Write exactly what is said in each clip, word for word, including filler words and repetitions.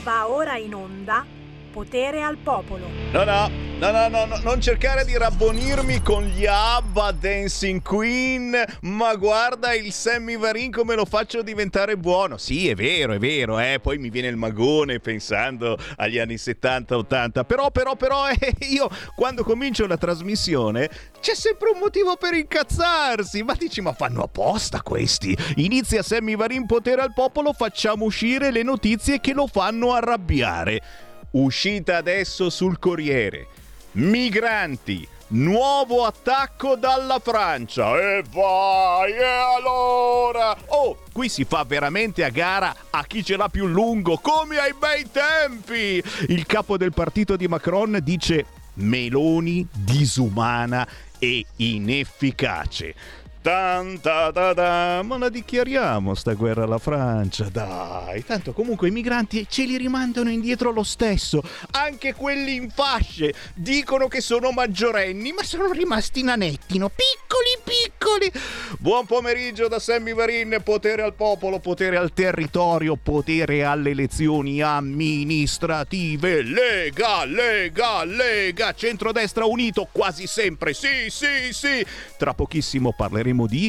Va ora in onda Potere al Popolo. No, no, no, no, no, no, non cercare di rabbonirmi con gli ABBA Dancing Queen, ma guarda il Sammy Varin come lo faccio diventare buono. Sì, è vero, è vero, eh, poi mi viene il magone pensando agli anni settanta ottanta, però, però, però, eh, io quando comincio la trasmissione c'è sempre un motivo per incazzarsi, ma dici, ma fanno apposta questi? Inizia Sammy Varin Potere al Popolo, facciamo uscire le notizie che lo fanno arrabbiare. Uscita adesso sul Corriere. Migranti, nuovo attacco dalla Francia. E vai, e allora? Oh, qui si fa veramente a gara a chi ce l'ha più lungo, come ai bei tempi. Il capo del partito di Macron dice: Meloni disumana e inefficace. Tan, ta, ta, ta. Ma la dichiariamo sta guerra alla Francia, dai. Tanto comunque i migranti ce li rimandano indietro lo stesso. Anche quelli in fasce dicono che sono maggiorenni, ma sono rimasti nanettino, piccoli piccoli. Buon pomeriggio da Sammy Varin. Potere al popolo, potere al territorio, potere alle elezioni amministrative. Lega, Lega, Lega, centrodestra unito quasi sempre. Sì, sì, sì. Tra pochissimo parleremo di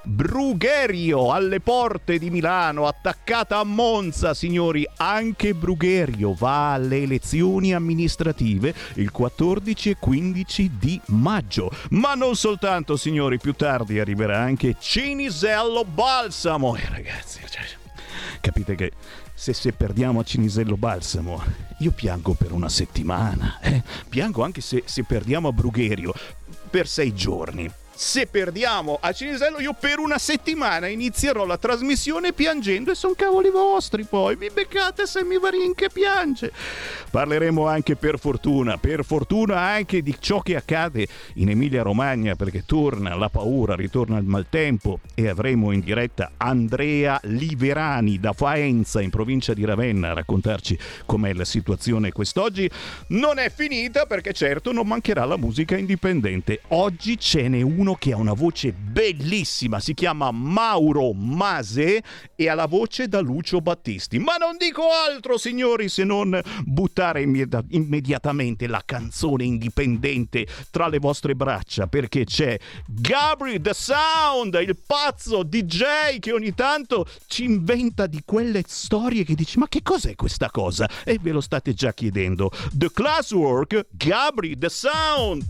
Brugherio alle porte di Milano, attaccata a Monza, signori. Anche Brugherio va alle elezioni amministrative il quattordici e quindici di maggio. Ma non soltanto, signori, più tardi arriverà anche Cinisello Balsamo. E eh, ragazzi, cioè, capite che se, se perdiamo a Cinisello Balsamo io piango per una settimana, eh? Piango anche se, se perdiamo a Brugherio per sei giorni. Se perdiamo a Cinisello io per una settimana inizierò la trasmissione piangendo e son cavoli vostri, poi vi beccate Sammy Varin che piange. Parleremo anche per fortuna, per fortuna anche di ciò che accade in Emilia Romagna, perché torna la paura, ritorna il maltempo e avremo in diretta Andrea Liverani da Faenza in provincia di Ravenna a raccontarci com'è la situazione quest'oggi. Non è finita perché certo non mancherà la musica indipendente. Oggi ce n'è uno che ha una voce bellissima, si chiama Mauro Mase e ha la voce da Lucio Battisti. Ma non dico altro, signori, se non buttare immedi- immediatamente la canzone indipendente tra le vostre braccia, perché c'è Gabri The Sound, il pazzo D J che ogni tanto ci inventa di quelle storie che dici: ma che cos'è questa cosa? E ve lo state già chiedendo. The Classwork, Gabri The Sound.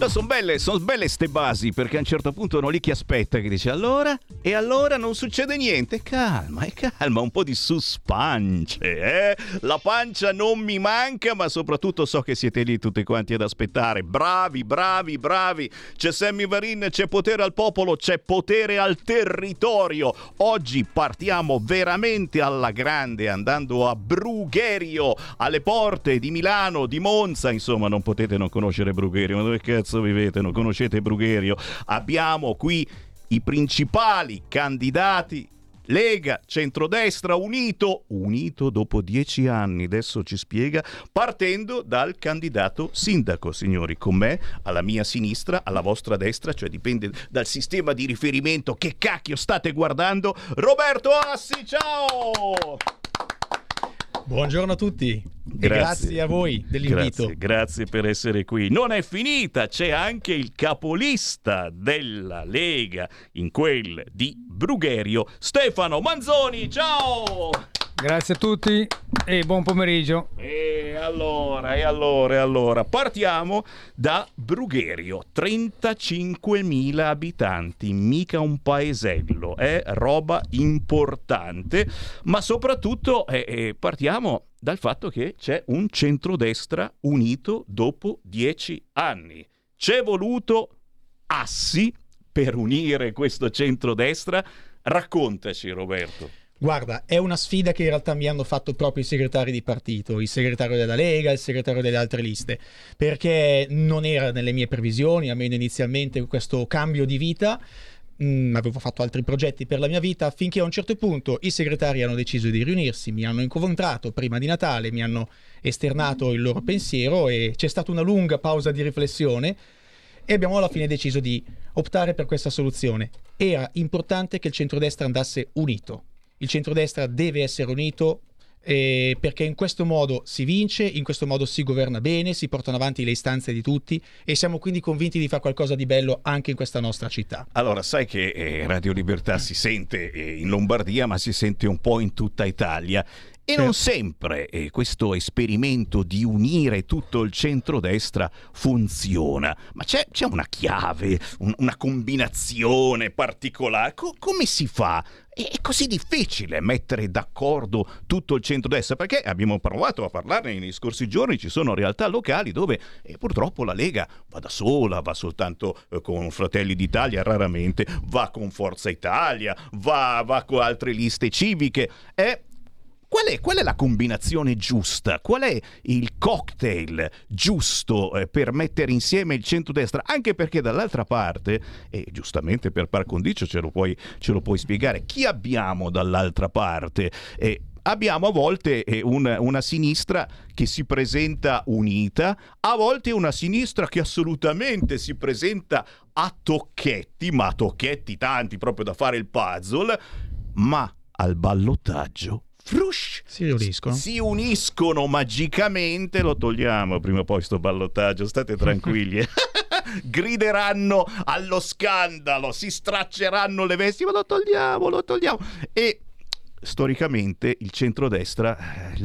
sono belle, sono belle ste basi, perché a un certo punto uno lì che aspetta, che dice allora? E allora non succede niente? Calma, e calma, un po' di suspense, eh? La pancia non mi manca, ma soprattutto so che siete lì tutti quanti ad aspettare. Bravi, bravi, bravi. C'è Sammy Varin, c'è potere al popolo, c'è potere al territorio. Oggi partiamo veramente alla grande, andando a Brugherio, alle porte di Milano, di Monza. Insomma, non potete non conoscere Brugherio. Ma dove cazzo vivete? Non conoscete Brugherio? Abbiamo qui i principali candidati: Lega, centrodestra, unito, unito dopo dieci anni, adesso ci spiega, partendo dal candidato sindaco, signori, con me, alla mia sinistra, alla vostra destra, cioè dipende dal sistema di riferimento che cacchio state guardando, Roberto Assi, ciao! Buongiorno a tutti. Grazie. E grazie a voi dell'invito. Grazie, grazie per essere qui. Non è finita, c'è anche il capolista della Lega in quel di Brugherio, Stefano Manzoni, ciao! Grazie a tutti e buon pomeriggio. E allora, e allora, e allora, partiamo da Brugherio, trentacinquemila abitanti, mica un paesello, è roba importante, ma soprattutto eh, eh, partiamo dal fatto che c'è un centrodestra unito dopo dieci anni. C'è voluto Assi per unire questo centrodestra? Raccontaci, Roberto. Guarda, è una sfida che in realtà mi hanno fatto proprio i segretari di partito, il segretario della Lega, il segretario delle altre liste, perché non era nelle mie previsioni, almeno inizialmente, questo cambio di vita. Mm, avevo fatto altri progetti per la mia vita, finché a un certo punto i segretari hanno deciso di riunirsi, mi hanno incontrato prima di Natale, mi hanno esternato il loro pensiero e c'è stata una lunga pausa di riflessione e abbiamo alla fine deciso di optare per questa soluzione. Era importante che il centrodestra andasse unito. Il centrodestra deve essere unito eh, perché in questo modo si vince, in questo modo si governa bene, si portano avanti le istanze di tutti e siamo quindi convinti di fare qualcosa di bello anche in questa nostra città. Allora, sai che eh, Radio Libertà si sente eh, in Lombardia, ma si sente un po' in tutta Italia. E non sempre eh, questo esperimento di unire tutto il centrodestra funziona, ma c'è, c'è una chiave, un, una combinazione particolare. Co- come si fa? È così difficile mettere d'accordo tutto il centrodestra, perché abbiamo provato a parlarne negli scorsi giorni, ci sono realtà locali dove eh, purtroppo la Lega va da sola, va soltanto eh, con Fratelli d'Italia, raramente va con Forza Italia, va, va con altre liste civiche. È Qual è, qual è la combinazione giusta? Qual è il cocktail giusto eh, per mettere insieme il centrodestra? Anche perché dall'altra parte, e giustamente per par condicio ce lo puoi, ce lo puoi spiegare, chi abbiamo dall'altra parte? Eh, abbiamo a volte eh, un, una sinistra che si presenta unita, a volte una sinistra che assolutamente si presenta a tocchetti, ma a tocchetti tanti proprio da fare il puzzle, ma al ballottaggio frush, si uniscono si uniscono magicamente. Lo togliamo prima o poi sto ballottaggio, state tranquilli. Grideranno allo scandalo, si stracceranno le vesti, ma lo togliamo, lo togliamo. E storicamente il centrodestra,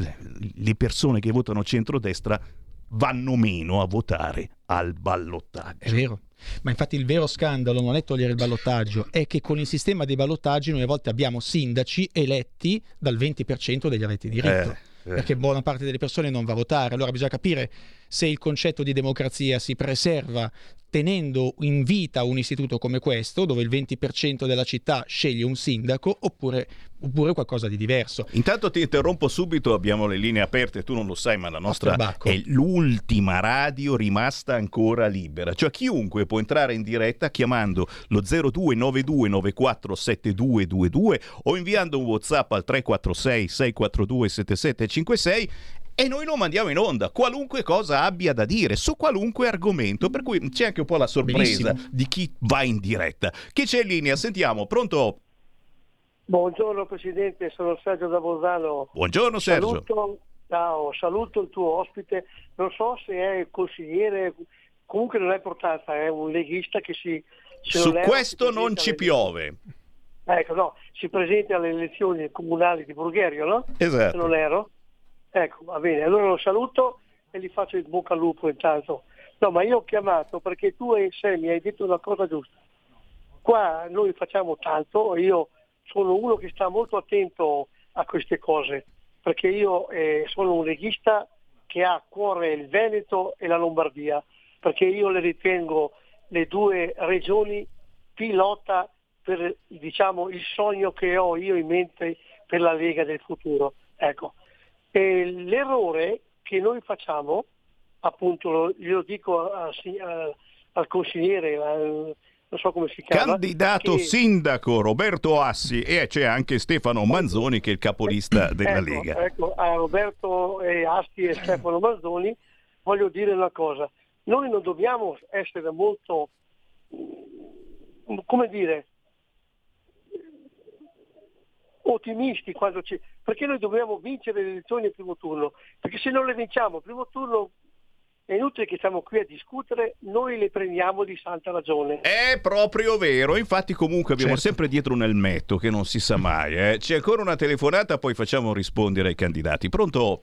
le persone che votano centrodestra vanno meno a votare al ballottaggio. È vero. Ma infatti il vero scandalo non è togliere il ballottaggio, è che con il sistema dei ballottaggi noi a volte abbiamo sindaci eletti dal venti per cento degli aventi diritto, eh, eh. perché buona parte delle persone non va a votare. Allora bisogna capire se il concetto di democrazia si preserva tenendo in vita un istituto come questo, dove il venti per cento della città sceglie un sindaco, oppure, oppure qualcosa di diverso. Intanto ti interrompo subito, abbiamo le linee aperte, tu non lo sai, ma la nostra è l'ultima radio rimasta ancora libera. Cioè chiunque può entrare in diretta chiamando lo zero due nove due nove quattro sette due due due o inviando un WhatsApp al tre quattro sei sei quattro due sette sette cinque sei e noi lo mandiamo in onda, qualunque cosa abbia da dire, su qualunque argomento, per cui c'è anche un po' la sorpresa Benissimo. Di chi va in diretta. Chi c'è in linea? Sentiamo, pronto? Buongiorno Presidente, sono Sergio da Bolzano. Buongiorno Sergio. Saluto, ciao, saluto il tuo ospite, non so se è consigliere, comunque non ha importanza, è un leghista che si... Su questo non ci piove. Ecco, no, si presenta alle elezioni comunali di Brugherio, no? Esatto. Se non ero. Ecco, va bene, allora lo saluto e gli faccio il bocca al lupo intanto No, ma io ho chiamato perché tu e Sammy hai detto una cosa giusta. Qua noi facciamo tanto, io sono uno che sta molto attento a queste cose, perché io eh, sono un leghista che ha a cuore il Veneto e la Lombardia, perché io le ritengo le due regioni pilota per, diciamo, il sogno che ho io in mente per la Lega del futuro. Ecco. E l'errore che noi facciamo, appunto, io dico a, a, al consigliere, a, non so come si chiama, candidato che... sindaco Roberto Assi, e c'è anche Stefano Manzoni che è il capolista della ecco, Lega. Ecco, a Roberto e Assi e Stefano Manzoni voglio dire una cosa: noi non dobbiamo essere molto, come dire, ottimisti quando ci... perché noi dobbiamo vincere le elezioni al primo turno, perché se non le vinciamo al primo turno è inutile che stiamo qui a discutere, noi le prendiamo di santa ragione. È proprio vero, infatti comunque abbiamo Certo. sempre dietro un elmetto che non si sa mai. Eh. C'è ancora una telefonata, poi facciamo rispondere ai candidati. Pronto?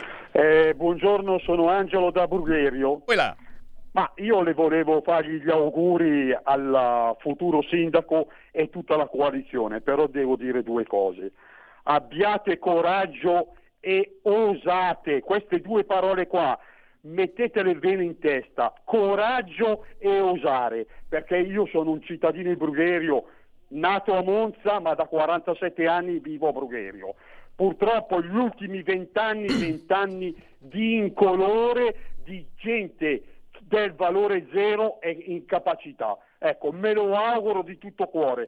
Eh, buongiorno, sono Angelo da Brugherio. Quella. Ma io le volevo fargli gli auguri al futuro sindaco e tutta la coalizione, però devo dire due cose. Abbiate coraggio e osate, queste due parole qua, mettetele bene in testa, coraggio e osare, perché io sono un cittadino di Brugherio, nato a Monza, ma da quarantasette anni vivo a Brugherio. Purtroppo gli ultimi vent'anni, vent'anni di incolore, di gente del valore zero e incapacità. Ecco, me lo auguro di tutto cuore.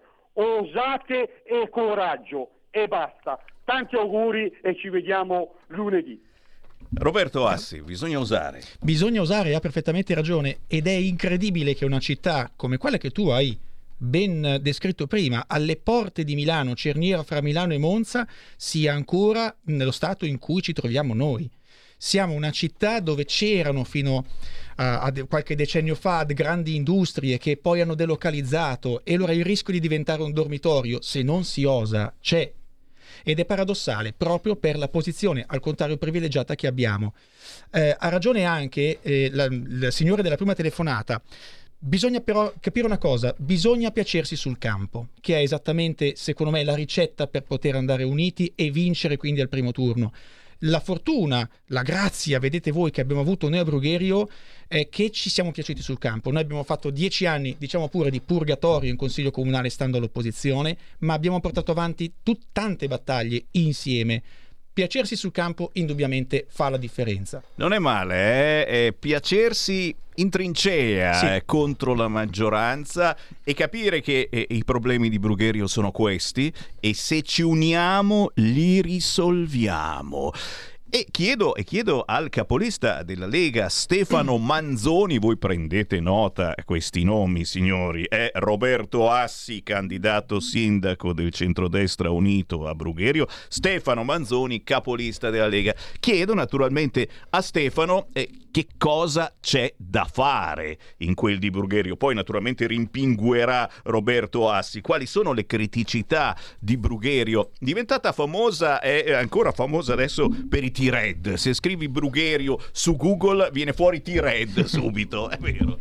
Osate e coraggio e basta. Tanti auguri e ci vediamo lunedì. Roberto Assi, bisogna osare. Bisogna osare, ha perfettamente ragione, ed è incredibile che una città come quella che tu hai ben descritto prima, alle porte di Milano, cerniera fra Milano e Monza, sia ancora nello stato in cui ci troviamo noi. Siamo una città dove c'erano fino a, a qualche decennio fa grandi industrie che poi hanno delocalizzato, e allora il rischio di diventare un dormitorio, se non si osa, c'è. Ed è paradossale proprio per la posizione, al contrario, privilegiata che abbiamo. Eh, ha ragione anche eh, la, il signore della prima telefonata. Bisogna però capire una cosa: bisogna piacersi sul campo, che è esattamente, secondo me, la ricetta per poter andare uniti e vincere quindi al primo turno. La fortuna, la grazia, vedete voi, che abbiamo avuto noi a Brugherio, è che ci siamo piaciuti sul campo. Noi abbiamo fatto dieci anni, diciamo pure, di purgatorio in Consiglio Comunale stando all'opposizione, ma abbiamo portato avanti tut- tante battaglie insieme. Piacersi sul campo indubbiamente fa la differenza. Non è male, eh? È piacersi in trincea Sì. eh, contro la maggioranza e capire che eh, i problemi di Brugherio sono questi e se ci uniamo li risolviamo. E chiedo, e chiedo al capolista della Lega, Stefano Manzoni, voi prendete nota questi nomi, signori, è Roberto Assi, candidato sindaco del centrodestra unito a Brugherio, Stefano Manzoni, capolista della Lega. Chiedo naturalmente a Stefano eh, che cosa c'è da fare in quel di Brugherio. Poi naturalmente rimpinguerà Roberto Assi. Quali sono le criticità di Brugherio? Diventata famosa, è ancora famosa adesso per i T-Red. Se scrivi Brugherio su Google viene fuori T-Red subito, è vero.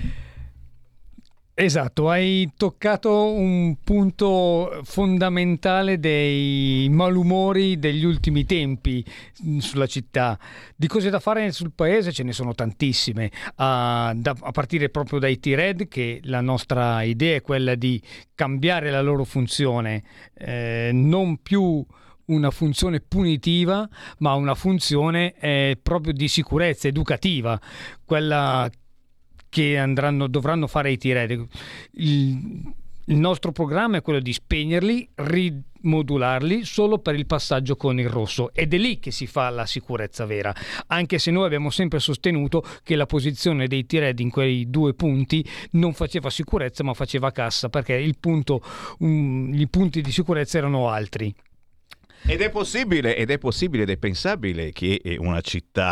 Esatto, hai toccato un punto fondamentale dei malumori degli ultimi tempi sulla città. Di cose da fare sul paese ce ne sono tantissime, a, da, a partire proprio dai T-Red, che la nostra idea è quella di cambiare la loro funzione, eh, non più una funzione punitiva, ma una funzione eh, proprio di sicurezza educativa, quella che andranno, dovranno fare i T-Red. Il, il nostro programma è quello di spegnerli, rimodularli solo per il passaggio con il rosso, ed è lì che si fa la sicurezza vera, anche se noi abbiamo sempre sostenuto che la posizione dei T-Red in quei due punti non faceva sicurezza ma faceva cassa, perché il punto, um, i punti di sicurezza erano altri. Ed è possibile, ed è possibile ed è pensabile che una città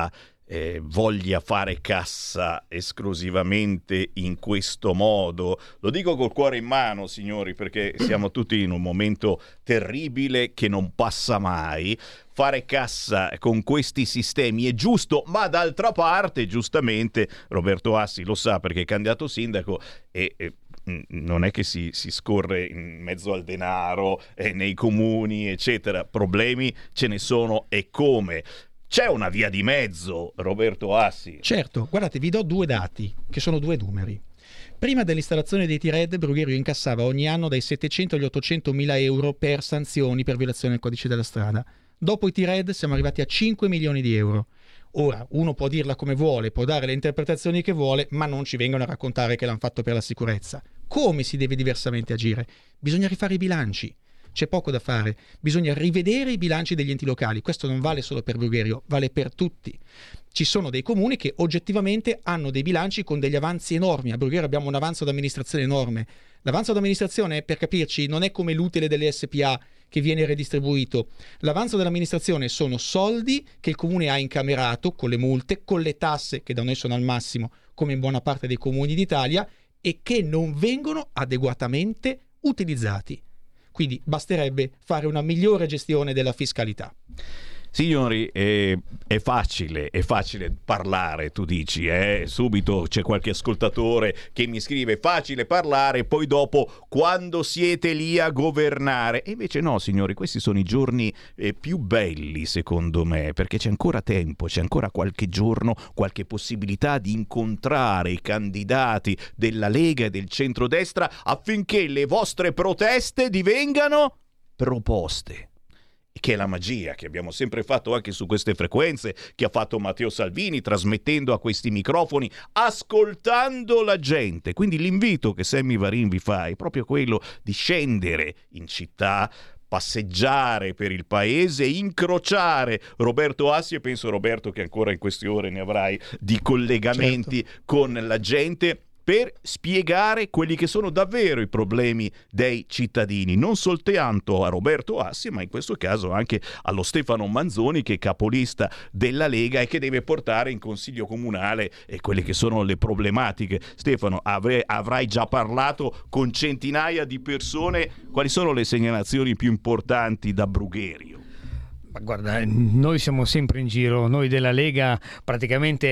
eh, voglia fare cassa esclusivamente in questo modo. Lo dico col cuore in mano, signori, perché siamo tutti in un momento terribile che non passa mai. Fare cassa con questi sistemi è giusto, ma d'altra parte, giustamente, Roberto Assi lo sa perché è candidato sindaco e, e non è che si, si scorre in mezzo al denaro eh, nei comuni, eccetera. Problemi ce ne sono e come. C'è una via di mezzo, Roberto Assi? Certo, guardate, vi do due dati, che sono due numeri. Prima dell'installazione dei T-Red, Brugherio incassava ogni anno dai settecento agli ottocento mila euro per sanzioni per violazione del codice della strada. Dopo i T-Red siamo arrivati a cinque milioni di euro. Ora, uno può dirla come vuole, può dare le interpretazioni che vuole, ma non ci vengono a raccontare che l'hanno fatto per la sicurezza. Come si deve diversamente agire? Bisogna rifare i bilanci. C'è poco da fare. Bisogna rivedere i bilanci degli enti locali. Questo non vale solo per Brugherio, vale per tutti. Ci sono dei comuni che oggettivamente hanno dei bilanci con degli avanzi enormi. A Brugherio abbiamo un avanzo d'amministrazione enorme. L'avanzo d'amministrazione, per capirci, non è come l'utile delle S P A che viene redistribuito. L'avanzo dell'amministrazione sono soldi che il comune ha incamerato con le multe, con le tasse che da noi sono al massimo, come in buona parte dei comuni d'Italia, e che non vengono adeguatamente utilizzati. Quindi basterebbe fare una migliore gestione della fiscalità. Signori, eh, è facile, è facile parlare, tu dici, eh? Subito c'è qualche ascoltatore che mi scrive facile parlare, poi dopo quando siete lì a governare. E invece no, signori, questi sono i giorni eh, più belli secondo me, perché c'è ancora tempo, c'è ancora qualche giorno, qualche possibilità di incontrare i candidati della Lega e del centrodestra affinché le vostre proteste divengano proposte. Che è la magia che abbiamo sempre fatto anche su queste frequenze, che ha fatto Matteo Salvini trasmettendo a questi microfoni, ascoltando la gente. Quindi l'invito che Sammy Varin vi fa è proprio quello di scendere in città, passeggiare per il paese, incrociare Roberto Assi, e penso, Roberto, che ancora in queste ore ne avrai di collegamenti certo. con la gente, per spiegare quelli che sono davvero i problemi dei cittadini, non soltanto a Roberto Assi, ma in questo caso anche allo Stefano Manzoni, che è capolista della Lega e che deve portare in consiglio comunale eh, quelle che sono le problematiche. Stefano, avrai, avrai già parlato con centinaia di persone. Quali sono le segnalazioni più importanti da Brugherio? Ma guarda, noi siamo sempre in giro, noi della Lega praticamente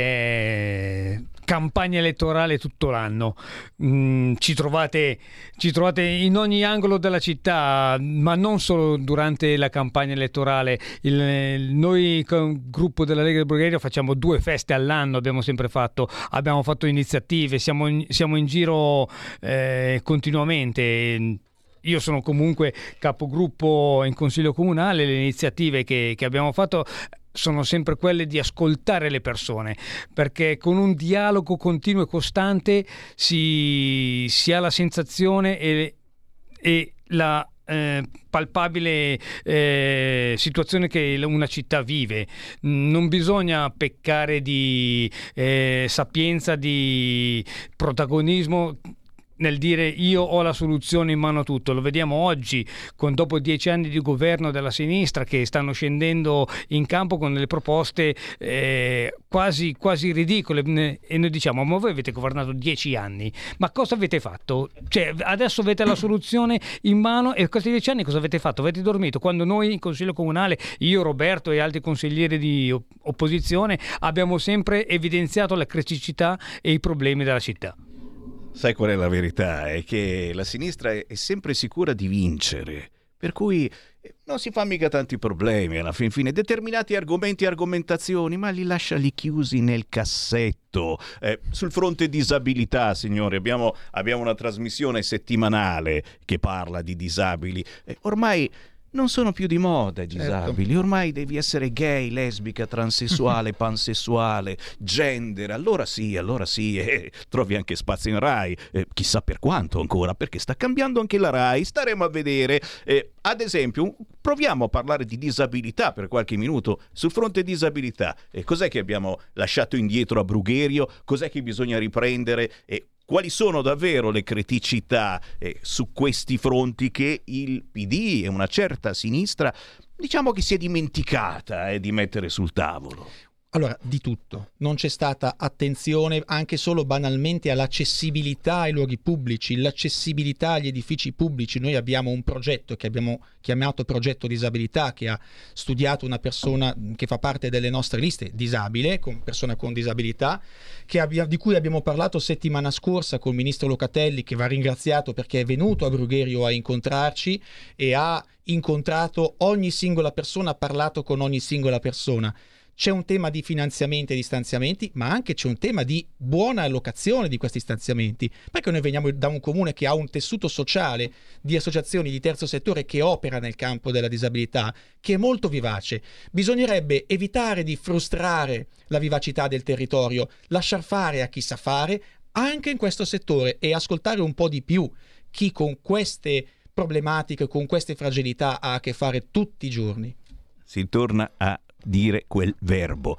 è campagna elettorale tutto l'anno. Mm, ci trovate, ci trovate in ogni angolo della città, ma non solo durante la campagna elettorale. Il, noi con il gruppo della Lega del Brugherio facciamo due feste all'anno, abbiamo sempre fatto, abbiamo fatto iniziative, siamo in, siamo in giro eh, continuamente. Io sono comunque capogruppo in consiglio comunale, le iniziative che, che abbiamo fatto sono sempre quelle di ascoltare le persone, perché con un dialogo continuo e costante si, si ha la sensazione e, e la eh, palpabile eh, situazione che una città vive. Non bisogna peccare di eh, sapienza, di protagonismo nel dire io ho la soluzione in mano a tutto. Lo vediamo oggi, con dopo dieci anni di governo della sinistra, che stanno scendendo in campo con delle proposte eh, quasi, quasi ridicole, e noi diciamo ma voi avete governato dieci anni, ma cosa avete fatto? Cioè, adesso avete la soluzione in mano e questi dieci anni cosa avete fatto? Avete dormito? Quando noi in consiglio comunale, io, Roberto e altri consiglieri di opposizione, abbiamo sempre evidenziato la criticità e i problemi della città. Sai qual è la verità? È che la sinistra è sempre sicura di vincere, per cui non si fa mica tanti problemi alla fin fine. Determinati argomenti e argomentazioni, ma li lascia lì chiusi nel cassetto. Eh, sul fronte disabilità, signori, abbiamo, abbiamo una trasmissione settimanale che parla di disabili. Eh, ormai non sono più di moda i disabili, certo. Ormai devi essere gay, lesbica, transessuale, pansessuale, gender, allora sì, allora sì, eh, trovi anche spazio in Rai, eh, chissà per quanto ancora, perché sta cambiando anche la Rai, staremo a vedere. Eh, ad esempio, proviamo a parlare di disabilità per qualche minuto. Sul fronte disabilità, eh, cos'è che abbiamo lasciato indietro a Brugherio? Cos'è che bisogna riprendere? Eh, Quali sono davvero le criticità eh, su questi fronti che il P D e una certa sinistra, diciamo che si è dimenticata eh, di mettere sul tavolo? Allora, di tutto. Non c'è stata attenzione anche solo banalmente all'accessibilità ai luoghi pubblici, l'accessibilità agli edifici pubblici. Noi abbiamo un progetto che abbiamo chiamato Progetto Disabilità, che ha studiato una persona che fa parte delle nostre liste, disabile, con persona con disabilità, che abbia, di cui abbiamo parlato settimana scorsa col ministro Locatelli, che va ringraziato perché è venuto a Brugherio a incontrarci e ha incontrato ogni singola persona, ha parlato con ogni singola persona. C'è un tema di finanziamenti e di stanziamenti, ma anche c'è un tema di buona allocazione di questi stanziamenti, perché noi veniamo da un comune che ha un tessuto sociale di associazioni di terzo settore che opera nel campo della disabilità, che è molto vivace. Bisognerebbe evitare di frustrare la vivacità del territorio, lasciar fare a chi sa fare anche in questo settore e ascoltare un po' di più chi con queste problematiche, con queste fragilità ha a che fare tutti i giorni. Si torna a dire quel verbo,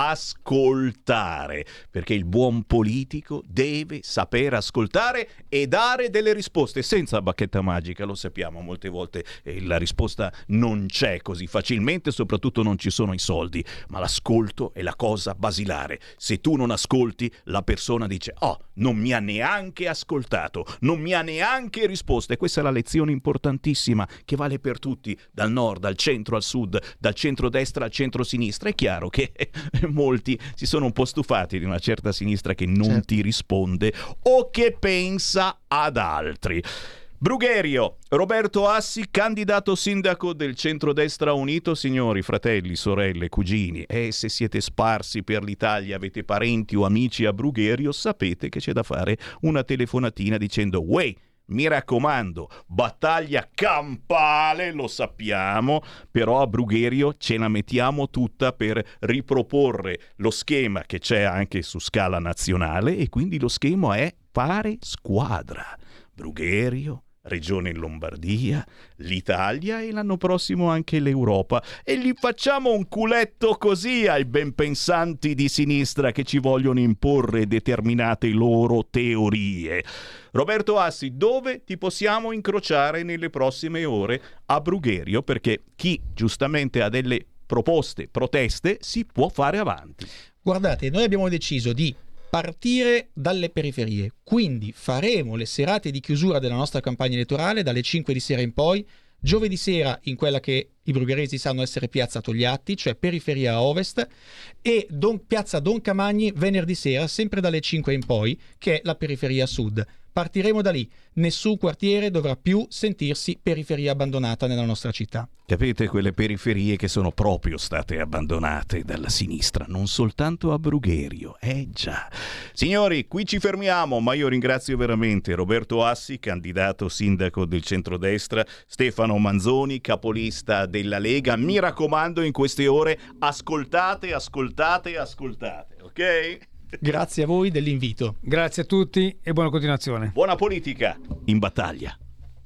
ascoltare, perché il buon politico deve saper ascoltare e dare delle risposte senza bacchetta magica. Lo sappiamo, molte volte eh, la risposta non c'è così facilmente, soprattutto non ci sono i soldi, ma l'ascolto è la cosa basilare. Se tu non ascolti, la persona dice oh, non mi ha neanche ascoltato, non mi ha neanche risposto, e questa è la lezione importantissima che vale per tutti, dal nord al centro al sud, dal centro-destra al centro-sinistra. È chiaro che molti si sono un po' stufati di una certa sinistra che non certo. ti risponde o che pensa ad altri. Brugherio, Roberto Assi, candidato sindaco del centrodestra unito. Signori, fratelli, sorelle, cugini, e se siete sparsi per l'Italia, avete parenti o amici a Brugherio, sapete che c'è da fare una telefonatina dicendo uè, mi raccomando, battaglia campale, lo sappiamo, però a Brugherio ce la mettiamo tutta per riproporre lo schema che c'è anche su scala nazionale, e quindi lo schema è fare squadra. Brugherio, Regione Lombardia, l'Italia e l'anno prossimo anche l'Europa, e gli facciamo un culetto così ai benpensanti di sinistra che ci vogliono imporre determinate loro teorie. Roberto Assi, dove ti possiamo incrociare nelle prossime ore a Brugherio? Perché chi giustamente ha delle proposte, proteste, si può fare avanti. Guardate, noi abbiamo deciso di partire dalle periferie, quindi faremo le serate di chiusura della nostra campagna elettorale dalle cinque di sera in poi, giovedì sera in quella che i brugheresi sanno essere piazza Togliatti, cioè periferia ovest, e Don, piazza Don Camagni venerdì sera, sempre dalle cinque in poi, che è la periferia sud. Partiremo da lì, nessun quartiere dovrà più sentirsi periferia abbandonata nella nostra città. Capite, quelle periferie che sono proprio state abbandonate dalla sinistra, non soltanto a Brugherio, eh già. Signori, qui ci fermiamo, ma io ringrazio veramente Roberto Assi, candidato sindaco del centrodestra, Stefano Manzoni, capolista della Lega. Mi raccomando, in queste ore ascoltate, ascoltate, ascoltate, ok? Grazie a voi dell'invito. Grazie a tutti e buona continuazione. Buona politica in battaglia.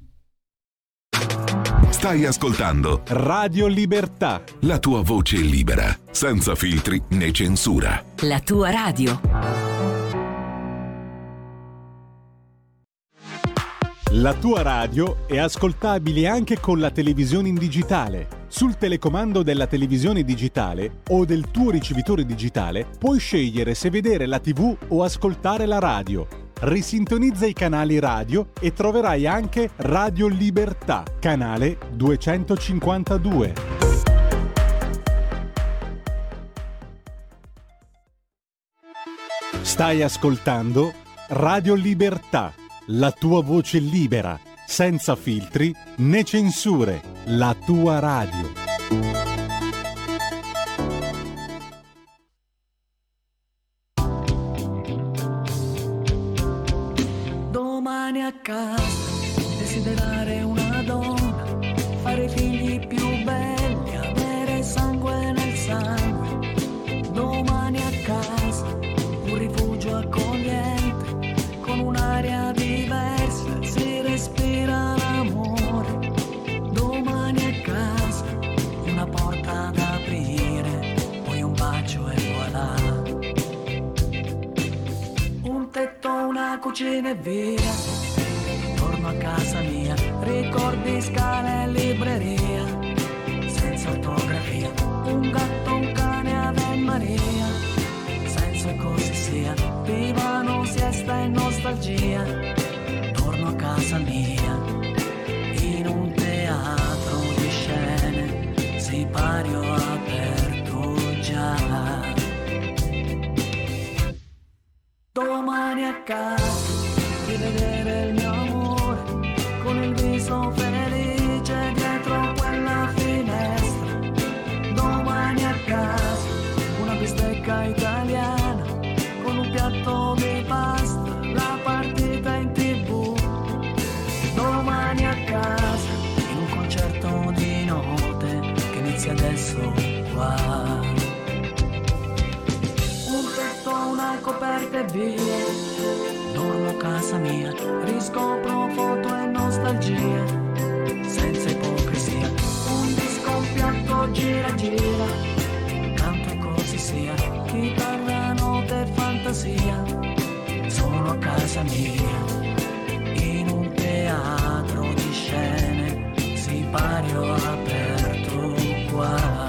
Stai ascoltando Radio Libertà, la tua voce libera, senza filtri né censura. La tua radio. La tua radio è ascoltabile anche con la televisione in digitale. Sul telecomando della televisione digitale o del tuo ricevitore digitale puoi scegliere se vedere la tivù o ascoltare la radio. Risintonizza i canali radio e troverai anche Radio Libertà, canale duecentocinquantadue. Stai ascoltando Radio Libertà, la tua voce libera, senza filtri né censure, la tua radio. Domani a casa, desiderare una donna, fare figli più belli, avere sangue nel sangue. Domani a casa, un rifugio accogliente, con un'aria diversa, si respira l'amore. Domani a casa, una porta da aprire, poi un bacio e voilà. Un tetto, una cucina e via, torno a casa mia, ricordi, scale e libreria, senza ortografia, un gatto, un cane, Ave Maria. e così sia, vivano siesta e nostalgia, torno a casa mia, in un teatro di scene, sipario aperto già. Domani a casa, rivedere il mio amore, con il viso felice dietro quella finestra. Domani a casa, una bistecca italiana, con un piatto di pasta, la partita in tv. Domani a casa, in un concerto di note che inizia adesso qua. Un tetto, una coperta e via, dormo a casa mia, riscopro foto e nostalgia, senza ipocrisia. Un disco, un piatto, gira gira, canto e così sia, chitarra, note e fantasia. Sono a casa mia, in un teatro di scene, sipario aperto qua.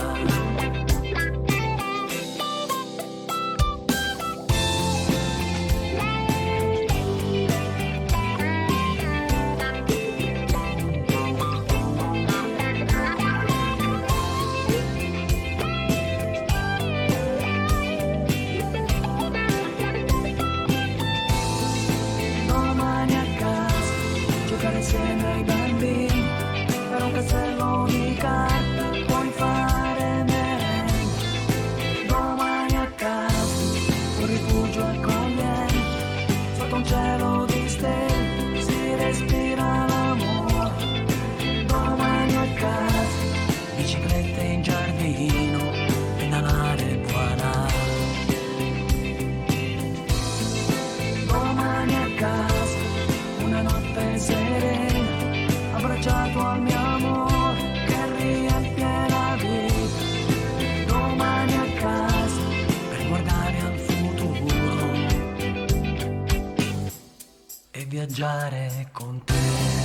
Insieme ai bambini, per un castello di carta puoi fare merenda. Domani a casa, un rifugio accogliente, sotto un cielo di stelle si respira l'amore. Domani a casa, biciclette in giardino, pedalare voilà. Domani a casa, una notte serena, abbracciato al mio amore che riempie la vita. Domani a casa, per guardare al futuro e viaggiare con te.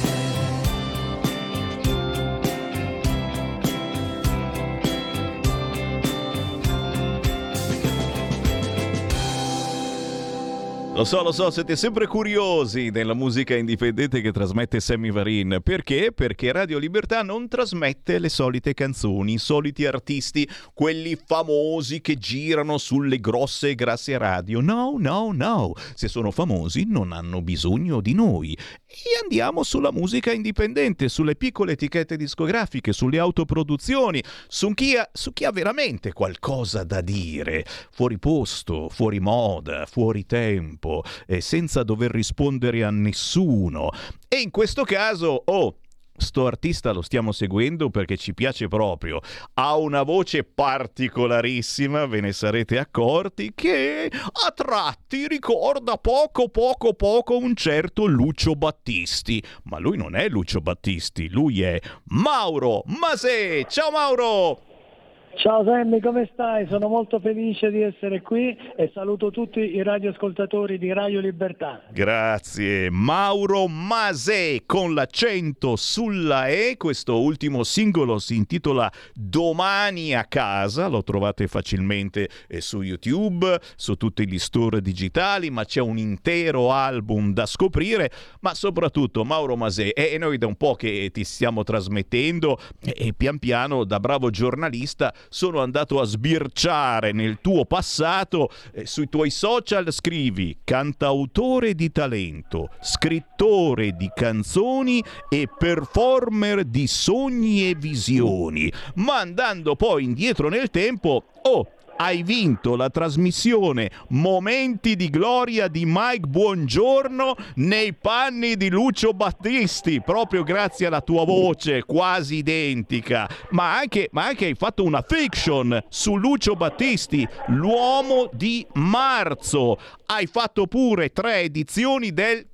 Lo so, lo so, siete sempre curiosi della musica indipendente che trasmette Sammy Varin. Perché? Perché Radio Libertà non trasmette le solite canzoni, i soliti artisti, quelli famosi che girano sulle grosse e grasse radio. No, no, no. Se sono famosi non hanno bisogno di noi. E andiamo sulla musica indipendente, sulle piccole etichette discografiche, sulle autoproduzioni, su chi ha, su chi ha veramente qualcosa da dire. Fuori posto, fuori moda, fuori tempo. E senza dover rispondere a nessuno. E in questo caso, oh, sto artista lo stiamo seguendo perché ci piace proprio. Ha una voce particolarissima, ve ne sarete accorti, che a tratti ricorda poco poco poco un certo Lucio Battisti. Ma lui non è Lucio Battisti, lui è Mauro Masè. Ciao Mauro! Ciao Sammy, come stai? Sono molto felice di essere qui e saluto tutti i radioascoltatori di Radio Libertà. Grazie. Mauro Masè con l'accento sulla E. Questo ultimo singolo si intitola Domani a casa, lo trovate facilmente su YouTube, su tutti gli store digitali, ma c'è un intero album da scoprire. Ma soprattutto Mauro Masè, e noi da un po' che ti stiamo trasmettendo e pian piano da bravo giornalista sono andato a sbirciare nel tuo passato. Eh, sui tuoi social scrivi cantautore di talento, scrittore di canzoni e performer di sogni e visioni, ma andando poi indietro nel tempo, oh, hai vinto la trasmissione Momenti di gloria di Mike Buongiorno nei panni di Lucio Battisti, proprio grazie alla tua voce quasi identica. Ma anche, ma anche hai fatto una fiction su Lucio Battisti, L'uomo di marzo. Hai fatto pure tre edizioni del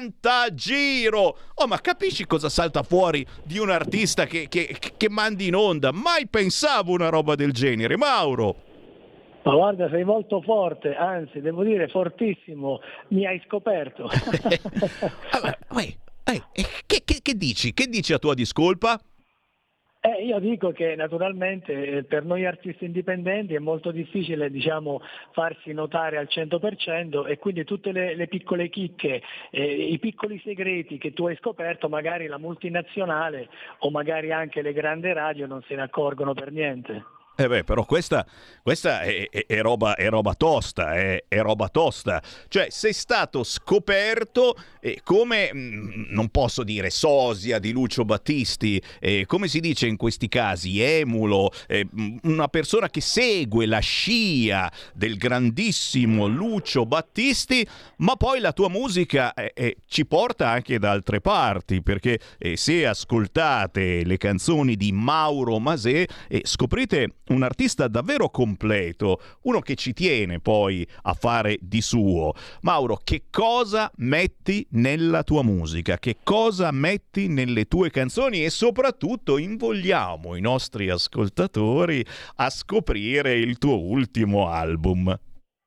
Cantagiro. Oh, ma capisci cosa salta fuori di un artista che, che, che mandi in onda? Mai pensavo una roba del genere, Mauro. Ma guarda, sei molto forte, anzi, devo dire fortissimo, mi hai scoperto. allora, uè, eh, che, che, che dici? Che dici a tua discolpa? Eh, io dico che naturalmente eh, per noi artisti indipendenti è molto difficile, diciamo, farsi notare al cento per cento, e quindi tutte le, le piccole chicche, eh, i piccoli segreti che tu hai scoperto, magari la multinazionale o magari anche le grandi radio non se ne accorgono per niente. Eh beh, però questa, questa è, è, è, roba, è roba tosta, è, è roba tosta. Cioè, sei stato scoperto eh, come, mh, non posso dire sosia di Lucio Battisti, eh, come si dice in questi casi, emulo, eh, una persona che segue la scia del grandissimo Lucio Battisti, ma poi la tua musica eh, eh, ci porta anche da altre parti, perché eh, se ascoltate le canzoni di Mauro Masè, eh, scoprite un artista davvero completo, uno che ci tiene poi a fare di suo. Mauro, che cosa metti nella tua musica? Che cosa metti nelle tue canzoni? E soprattutto invogliamo i nostri ascoltatori a scoprire il tuo ultimo album.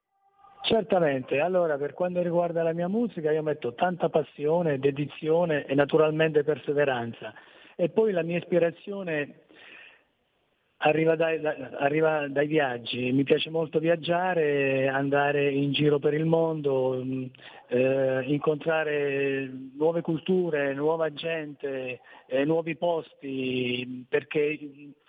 Certamente, allora per quanto riguarda la mia musica io metto tanta passione, dedizione e naturalmente perseveranza, e poi la mia ispirazione Arriva dai, da, arriva dai viaggi. Mi piace molto viaggiare, andare in giro per il mondo, eh, incontrare nuove culture, nuova gente, eh, nuovi posti, perché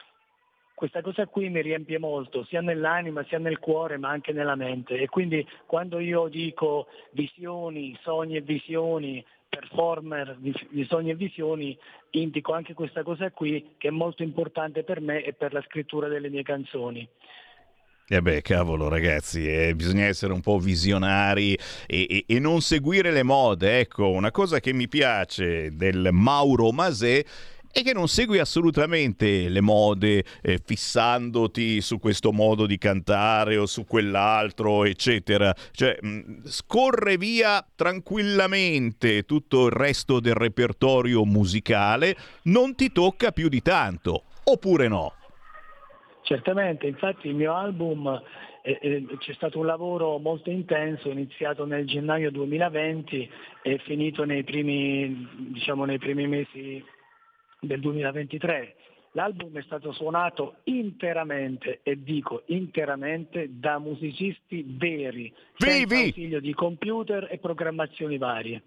questa cosa qui mi riempie molto, sia nell'anima, sia nel cuore, ma anche nella mente. E quindi quando io dico visioni, sogni e visioni, performer di, di sogni e visioni, indico anche questa cosa qui che è molto importante per me e per la scrittura delle mie canzoni. Eh beh, cavolo ragazzi, eh, bisogna essere un po' visionari e, e, e non seguire le mode. Ecco, una cosa che mi piace del Mauro Masè e che non segui assolutamente le mode eh, fissandoti su questo modo di cantare o su quell'altro, eccetera. Cioè, mh, scorre via tranquillamente tutto il resto del repertorio musicale, non ti tocca più di tanto, oppure no? Certamente, infatti il mio album eh, eh, c'è stato un lavoro molto intenso, iniziato nel gennaio duemilaventi e finito nei primi, diciamo, nei primi mesi del duemilaventitré. L'album è stato suonato interamente, e dico interamente, da musicisti veri, senza ausilio di computer e programmazioni varie.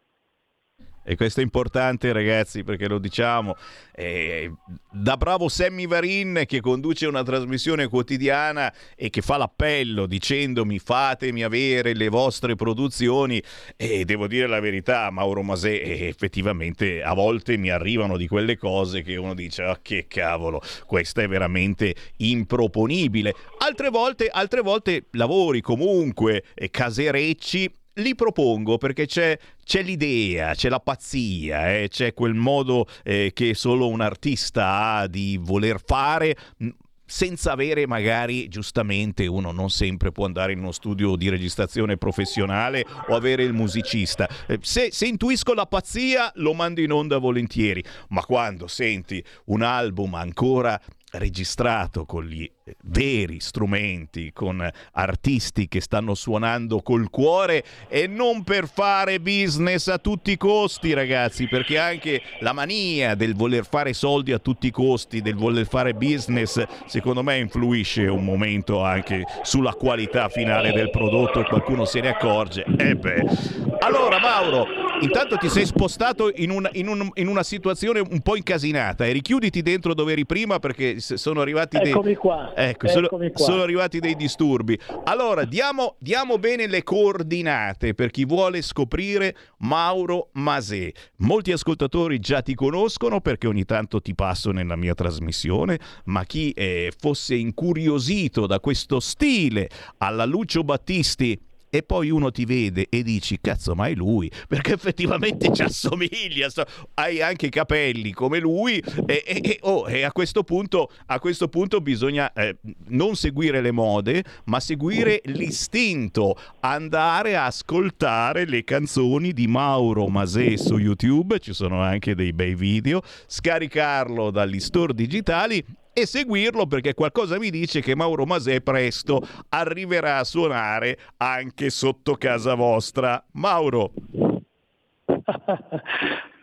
E questo è importante ragazzi, perché lo diciamo eh, da bravo Sammy Varin che conduce una trasmissione quotidiana e che fa l'appello dicendomi fatemi avere le vostre produzioni, e devo dire la verità, Mauro Masè, eh, effettivamente a volte mi arrivano di quelle cose che uno dice oh, che cavolo, questa è veramente improponibile. Altre volte, altre volte lavori comunque eh, caserecci, li propongo perché c'è, c'è l'idea, c'è la pazzia, eh, c'è quel modo eh, che solo un artista ha di voler fare, mh, senza avere magari, giustamente, uno non sempre può andare in uno studio di registrazione professionale o avere il musicista. Eh, se, se intuisco la pazzia lo mando in onda volentieri, ma quando senti un album ancora registrato con gli veri strumenti, con artisti che stanno suonando col cuore e non per fare business a tutti i costi, ragazzi, perché anche la mania del voler fare soldi a tutti i costi, del voler fare business, secondo me influisce un momento anche sulla qualità finale del prodotto e qualcuno se ne accorge. E beh, allora Mauro, intanto ti sei spostato in, un, in, un, in una situazione un po' incasinata e richiuditi dentro dove eri prima, perché sono arrivati dei... Eccomi qua. Ecco, Eccomi sono, qua. sono arrivati dei disturbi. Allora, diamo, diamo bene le coordinate per chi vuole scoprire Mauro Masè. Molti ascoltatori già ti conoscono perché ogni tanto ti passo nella mia trasmissione, ma chi eh, fosse incuriosito da questo stile alla Lucio Battisti e poi uno ti vede e dici cazzo ma è lui, perché effettivamente ci assomiglia, so, hai anche i capelli come lui e, e, e, oh, e a questo punto a questo punto bisogna eh, non seguire le mode ma seguire l'istinto, andare a ascoltare le canzoni di Mauro Masè su YouTube, ci sono anche dei bei video, scaricarlo dagli store digitali e seguirlo, perché qualcosa mi dice che Mauro Masè presto arriverà a suonare anche sotto casa vostra. Mauro.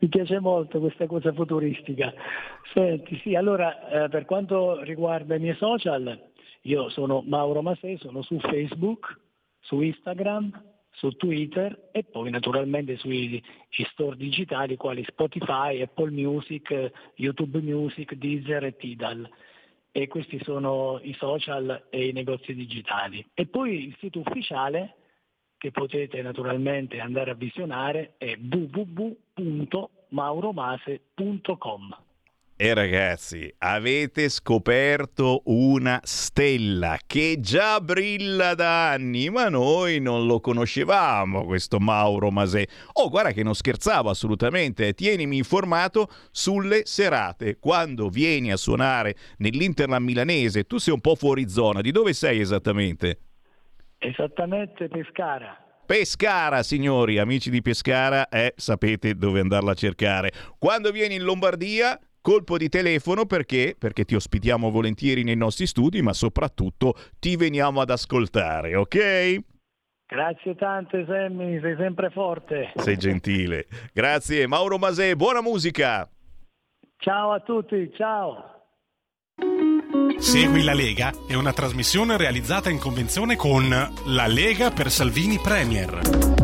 Mi piace molto questa cosa futuristica. Senti, sì, allora eh, per quanto riguarda i miei social, io sono Mauro Masè, sono su Facebook, su Instagram, su Twitter e poi naturalmente sui store digitali quali Spotify, Apple Music, YouTube Music, Deezer e Tidal. E questi sono i social e i negozi digitali. E poi il sito ufficiale che potete naturalmente andare a visionare è w w w punto mauromase punto com. E ragazzi, avete scoperto una stella che già brilla da anni, ma noi non lo conoscevamo, questo Mauro Masè. Oh, guarda che non scherzavo assolutamente, tienimi informato sulle serate. Quando vieni a suonare nell'Interland milanese, tu sei un po' fuori zona, di dove sei esattamente? Esattamente Pescara. Pescara, signori, amici di Pescara, eh, sapete dove andarla a cercare. Quando vieni in Lombardia, colpo di telefono, perché? Perché ti ospitiamo volentieri nei nostri studi, ma soprattutto ti veniamo ad ascoltare, ok? Grazie tante Sammy, sei sempre forte. Sei gentile. Grazie Mauro Masè, buona musica. Ciao a tutti, ciao. Segui la Lega è una trasmissione realizzata in convenzione con La Lega per Salvini Premier.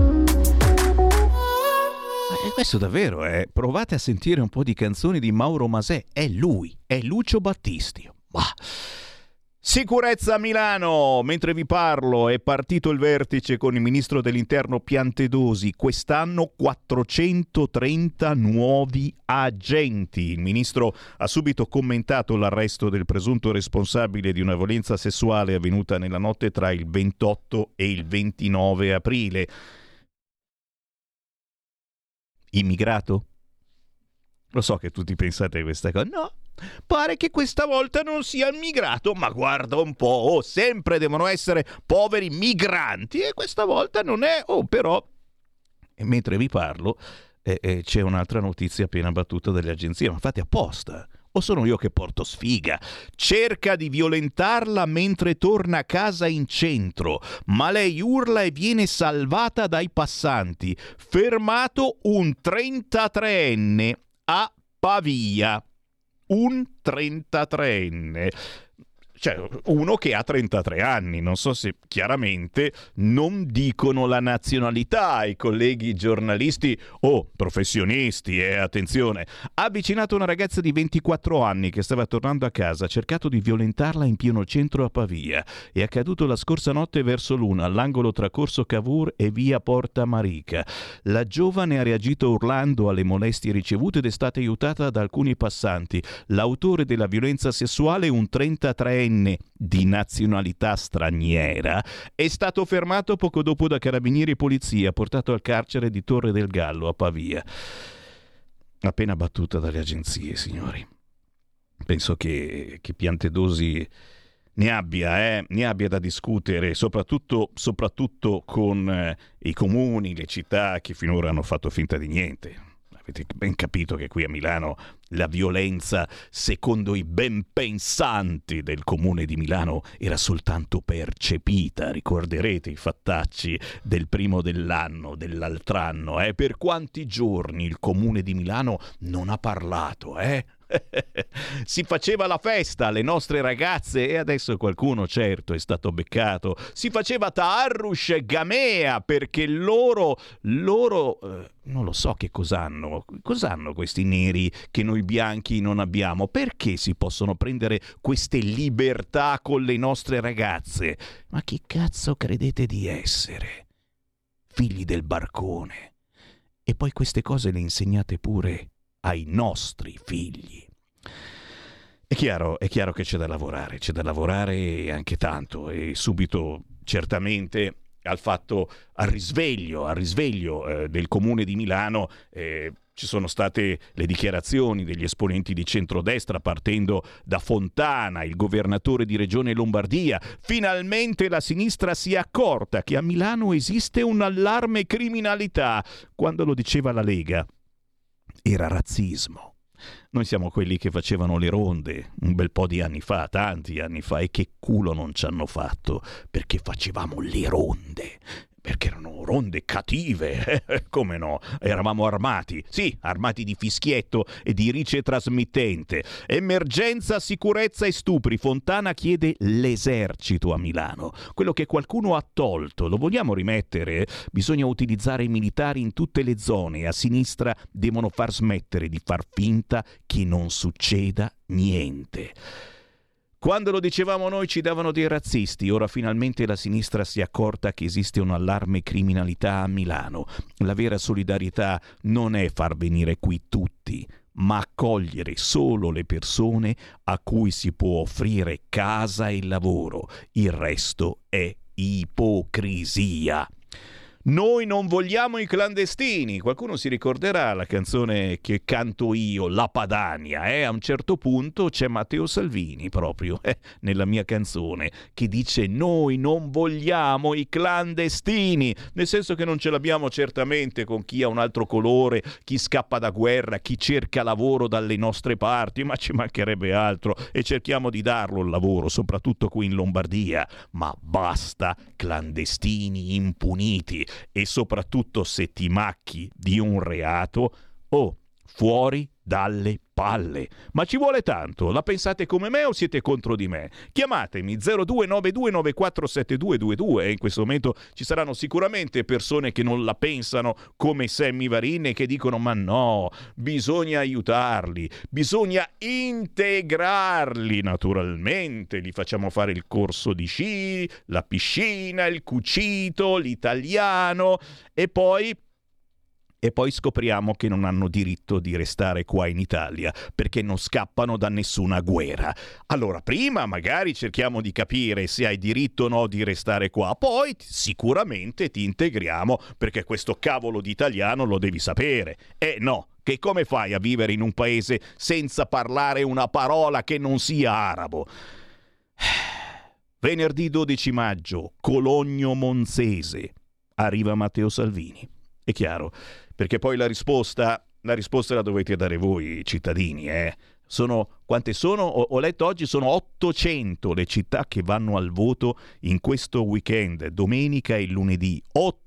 E questo davvero è, eh? Provate a sentire un po' di canzoni di Mauro Masè, è lui, è Lucio Battisti. Bah. Sicurezza a Milano, mentre vi parlo è partito il vertice con il ministro dell'interno Piantedosi, quest'anno quattrocentotrenta nuovi agenti. Il ministro ha subito commentato l'arresto del presunto responsabile di una violenza sessuale avvenuta nella notte tra il ventotto e il ventinove aprile. Immigrato? Lo so che tutti pensate a questa cosa. No, pare che questa volta non sia immigrato, ma guarda un po', oh, sempre devono essere poveri migranti e questa volta non è, oh, però, e mentre vi parlo, eh, eh, c'è un'altra notizia appena battuta dalle agenzie, ma fate apposta. O sono io che porto sfiga? Cerca di violentarla mentre torna a casa in centro, ma lei urla e viene salvata dai passanti. Fermato un trentatreenne a Pavia. Un trentatreenne. Cioè, uno che ha trentatré anni, non so se chiaramente non dicono la nazionalità i colleghi giornalisti o professionisti, eh, attenzione. Ha avvicinato una ragazza di ventiquattro anni che stava tornando a casa, ha cercato di violentarla in pieno centro a Pavia. È accaduto la scorsa notte verso l'una, all'angolo tra Corso Cavour e via Porta Marica. La giovane ha reagito urlando alle molestie ricevute ed è stata aiutata da alcuni passanti. L'autore della violenza sessuale, un trentatreenne di nazionalità straniera, è stato fermato poco dopo da carabinieri e polizia, portato al carcere di Torre del Gallo a Pavia. Appena battuta dalle agenzie, signori. Penso che, che Piantedosi ne abbia, eh, ne abbia da discutere, soprattutto, soprattutto con eh, i comuni, le città che finora hanno fatto finta di niente. Avete ben capito che qui a Milano la violenza, secondo i ben pensanti del comune di Milano, era soltanto percepita. Ricorderete i fattacci del primo dell'anno, dell'altro anno, eh? Per quanti giorni il comune di Milano non ha parlato, eh? Si faceva la festa alle nostre ragazze e adesso qualcuno certo è stato beccato. Si faceva Taarrush e Gamea perché loro loro eh, non lo so che cos'hanno cos'hanno questi neri che noi bianchi non abbiamo. Perché si possono prendere queste libertà con le nostre ragazze? Ma chi cazzo credete di essere? Figli del barcone. E poi queste cose le insegnate pure ai nostri figli. È chiaro, è chiaro che c'è da lavorare, c'è da lavorare anche tanto e subito certamente al fatto, al risveglio, al risveglio eh, del Comune di Milano eh, ci sono state le dichiarazioni degli esponenti di centrodestra partendo da Fontana, il governatore di Regione Lombardia. Finalmente la sinistra si è accorta che a Milano esiste un allarme criminalità. Quando lo diceva la Lega era razzismo. Noi siamo quelli che facevano le ronde un bel po' di anni fa, tanti anni fa, e che culo non ci hanno fatto perché facevamo le ronde, perché erano ronde cattive, eh, come no, eravamo armati, sì, armati di fischietto e di rice trasmittente. Emergenza, sicurezza e stupri, Fontana chiede l'esercito a Milano, quello che qualcuno ha tolto, lo vogliamo rimettere? Bisogna utilizzare i militari in tutte le zone, a sinistra devono far smettere di far finta che non succeda niente. Quando lo dicevamo noi ci davano dei razzisti, ora finalmente la sinistra si è accorta che esiste un allarme criminalità a Milano. La vera solidarietà non è far venire qui tutti, ma accogliere solo le persone a cui si può offrire casa e lavoro. Il resto è ipocrisia. Noi non vogliamo i clandestini. Qualcuno si ricorderà la canzone che canto io, La Padania, eh? A un certo punto c'è Matteo Salvini proprio eh, nella mia canzone che dice noi non vogliamo i clandestini, nel senso che non ce l'abbiamo certamente con chi ha un altro colore, chi scappa da guerra, chi cerca lavoro dalle nostre parti, ma ci mancherebbe altro, e cerchiamo di darlo il lavoro, soprattutto qui in Lombardia, ma basta clandestini impuniti. E soprattutto se ti macchi di un reato, oh, fuori dalle palle. Ma ci vuole tanto? La pensate come me o siete contro di me? Chiamatemi zero due nove due nove quattro sette due due due e in questo momento ci saranno sicuramente persone che non la pensano come Sammy Varin e che dicono ma no, bisogna aiutarli, bisogna integrarli naturalmente, gli facciamo fare il corso di sci, la piscina, il cucito, l'italiano e poi E poi scopriamo che non hanno diritto di restare qua in Italia perché non scappano da nessuna guerra. Allora, prima magari cerchiamo di capire se hai diritto o no di restare qua, poi sicuramente ti integriamo perché questo cavolo di italiano lo devi sapere. Eh no, che come fai a vivere in un paese senza parlare una parola che non sia arabo? Venerdì dodici maggio, Cologno Monzese. Arriva Matteo Salvini. È chiaro, perché poi la risposta, la risposta la dovete dare voi cittadini, eh. Sono, quante sono? Ho, ho letto oggi sono ottocento le città che vanno al voto in questo weekend, domenica e lunedì.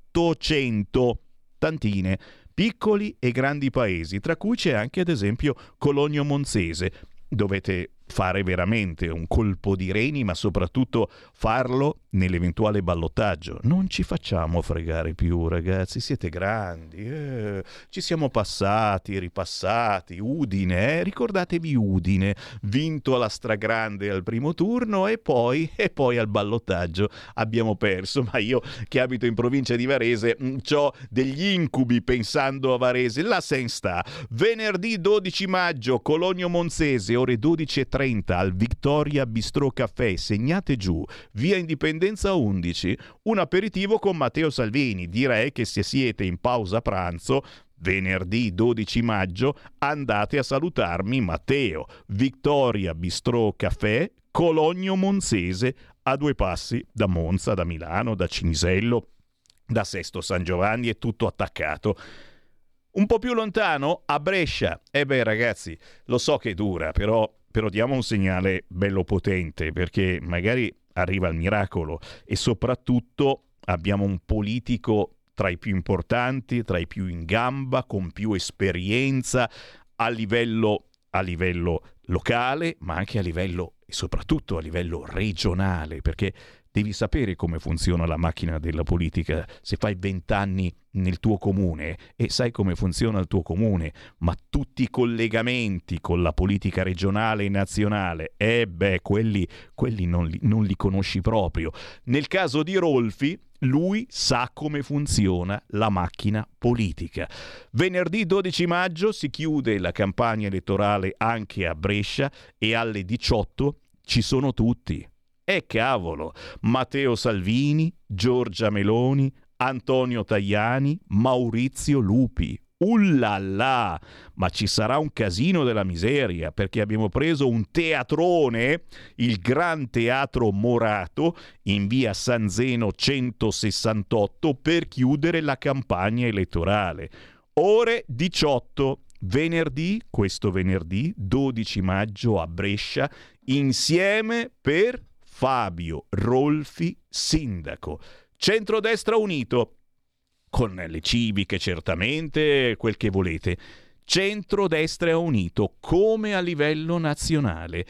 ottocento, tantine, piccoli e grandi paesi, tra cui c'è anche ad esempio Cologno Monzese. Dovete fare veramente un colpo di reni, ma soprattutto farlo nell'eventuale ballottaggio. Non ci facciamo fregare più, ragazzi, siete grandi, eh, ci siamo passati, ripassati. Udine, eh? Ricordatevi Udine, vinto alla stragrande al primo turno e poi, e poi al ballottaggio abbiamo perso, ma io che abito in provincia di Varese ho degli incubi pensando a Varese. La sen sta. Venerdì dodici maggio, Cologno Monzese, ore dodici e trenta al Victoria Bistro Caffè, segnate giù, via Indipendenza undici, un aperitivo con Matteo Salvini. Direi che se siete in pausa pranzo, venerdì dodici maggio, andate a salutarmi Matteo. Victoria Bistro Caffè, Cologno Monzese, a due passi da Monza, da Milano, da Cinisello, da Sesto San Giovanni, è tutto attaccato. Un po' più lontano, a Brescia. Eh beh ragazzi, lo so che dura, però però diamo un segnale bello potente, perché magari arriva il miracolo e soprattutto abbiamo un politico tra i più importanti, tra i più in gamba, con più esperienza a livello, a livello locale, ma anche a livello e soprattutto a livello regionale, perché devi sapere come funziona la macchina della politica. Se fai vent'anni nel tuo comune e sai come funziona il tuo comune, ma tutti i collegamenti con la politica regionale e nazionale, eh beh, quelli, quelli non, li, non li conosci proprio. Nel caso di Rolfi, lui sa come funziona la macchina politica. Venerdì dodici maggio si chiude la campagna elettorale anche a Brescia e alle diciotto ci sono tutti. E cavolo, Matteo Salvini, Giorgia Meloni, Antonio Tajani, Maurizio Lupi. Ullala! Ma ci sarà un casino della miseria, perché abbiamo preso un teatrone, il Gran Teatro Morato, in via San Zeno centosessantotto, per chiudere la campagna elettorale. Ore diciotto, venerdì, questo venerdì, dodici maggio a Brescia, insieme per Fabio Rolfi sindaco. Centrodestra unito. con le civiche certamente, quel che volete. Centrodestra unito come a livello nazionale.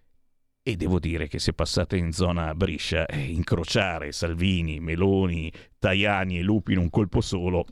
E devo dire che se passate in zona Brescia, eh, incrociare Salvini, Meloni, Tajani e Lupi in un colpo solo,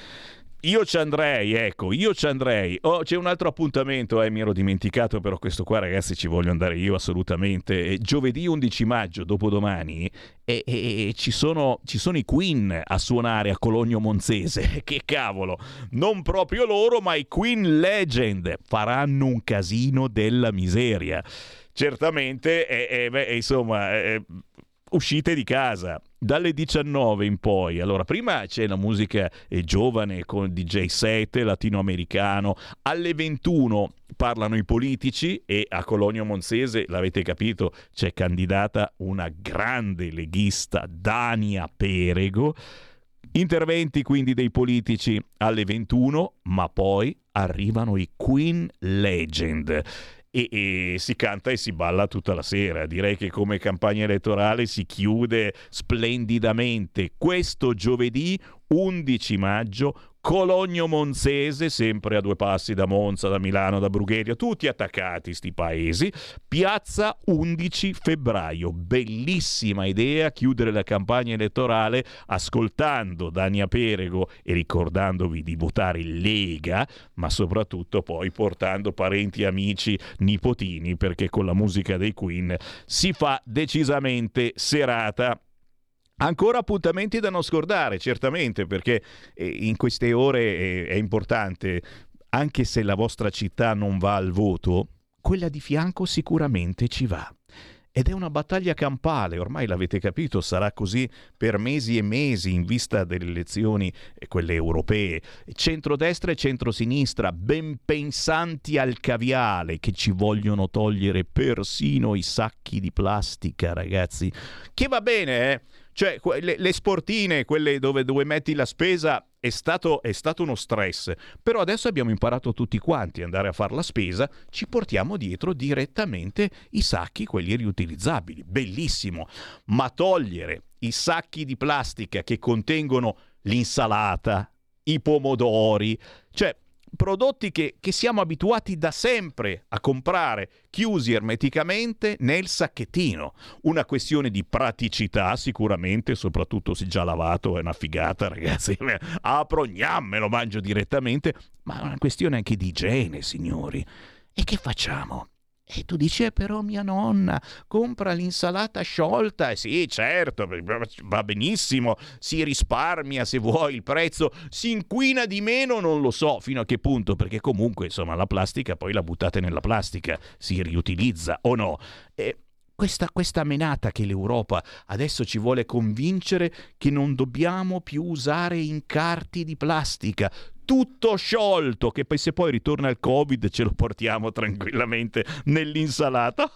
io ci andrei, ecco, io ci andrei. Oh, c'è un altro appuntamento, eh, mi ero dimenticato, però questo qua, ragazzi, ci voglio andare io assolutamente. Eh, giovedì undici maggio, dopodomani, e, e, e ci, sono, ci sono i Queen a suonare a Cologno Monzese. Che cavolo, non proprio loro, ma i Queen Legend faranno un casino della miseria. Certamente, eh, eh, beh, insomma, eh, uscite di casa dalle diciannove in poi. Allora, prima c'è la musica eh, giovane con D J set latinoamericano, alle ventuno parlano i politici e a Cologno Monzese, l'avete capito, c'è candidata una grande leghista, Dania Perego. Interventi quindi dei politici alle ventuno, ma poi arrivano i Queen Legend. E, e si canta e si balla tutta la sera. Direi che come campagna elettorale si chiude splendidamente questo giovedì undici maggio, Cologno Monzese, sempre a due passi da Monza, da Milano, da Brugherio, tutti attaccati sti paesi. Piazza undici febbraio, bellissima idea chiudere la campagna elettorale ascoltando Dania Perego e ricordandovi di votare Lega, ma soprattutto poi portando parenti, amici, nipotini, perché con la musica dei Queen si fa decisamente serata. Ancora appuntamenti da non scordare, certamente, perché in queste ore è importante, anche se la vostra città non va al voto, quella di fianco sicuramente ci va. Ed è una battaglia campale, ormai l'avete capito, sarà così per mesi e mesi in vista delle elezioni, quelle europee. Centrodestra e centrosinistra, ben pensanti al caviale, che ci vogliono togliere persino i sacchi di plastica, ragazzi. Che va bene, eh? Cioè, le, le sportine, quelle dove, dove metti la spesa, è stato, è stato uno stress. Però adesso abbiamo imparato tutti quanti a andare a fare la spesa, ci portiamo dietro direttamente i sacchi, quelli riutilizzabili. Bellissimo. Ma togliere i sacchi di plastica che contengono l'insalata, i pomodori, cioè prodotti che, che siamo abituati da sempre a comprare chiusi ermeticamente nel sacchettino. Una questione di praticità sicuramente, soprattutto se già lavato, è una figata, ragazzi. Apro, gnam, me lo mangio direttamente, ma è una questione anche di igiene, signori. E che facciamo? E tu dici, eh, però mia nonna compra l'insalata sciolta. Eh sì, certo, va benissimo, si risparmia se vuoi il prezzo, si inquina di meno, non lo so fino a che punto, perché comunque, insomma, la plastica poi la buttate nella plastica, si riutilizza o no? E questa, questa menata che l'Europa adesso ci vuole convincere che non dobbiamo più usare incarti di plastica, tutto sciolto, che poi se poi ritorna il Covid ce lo portiamo tranquillamente nell'insalata.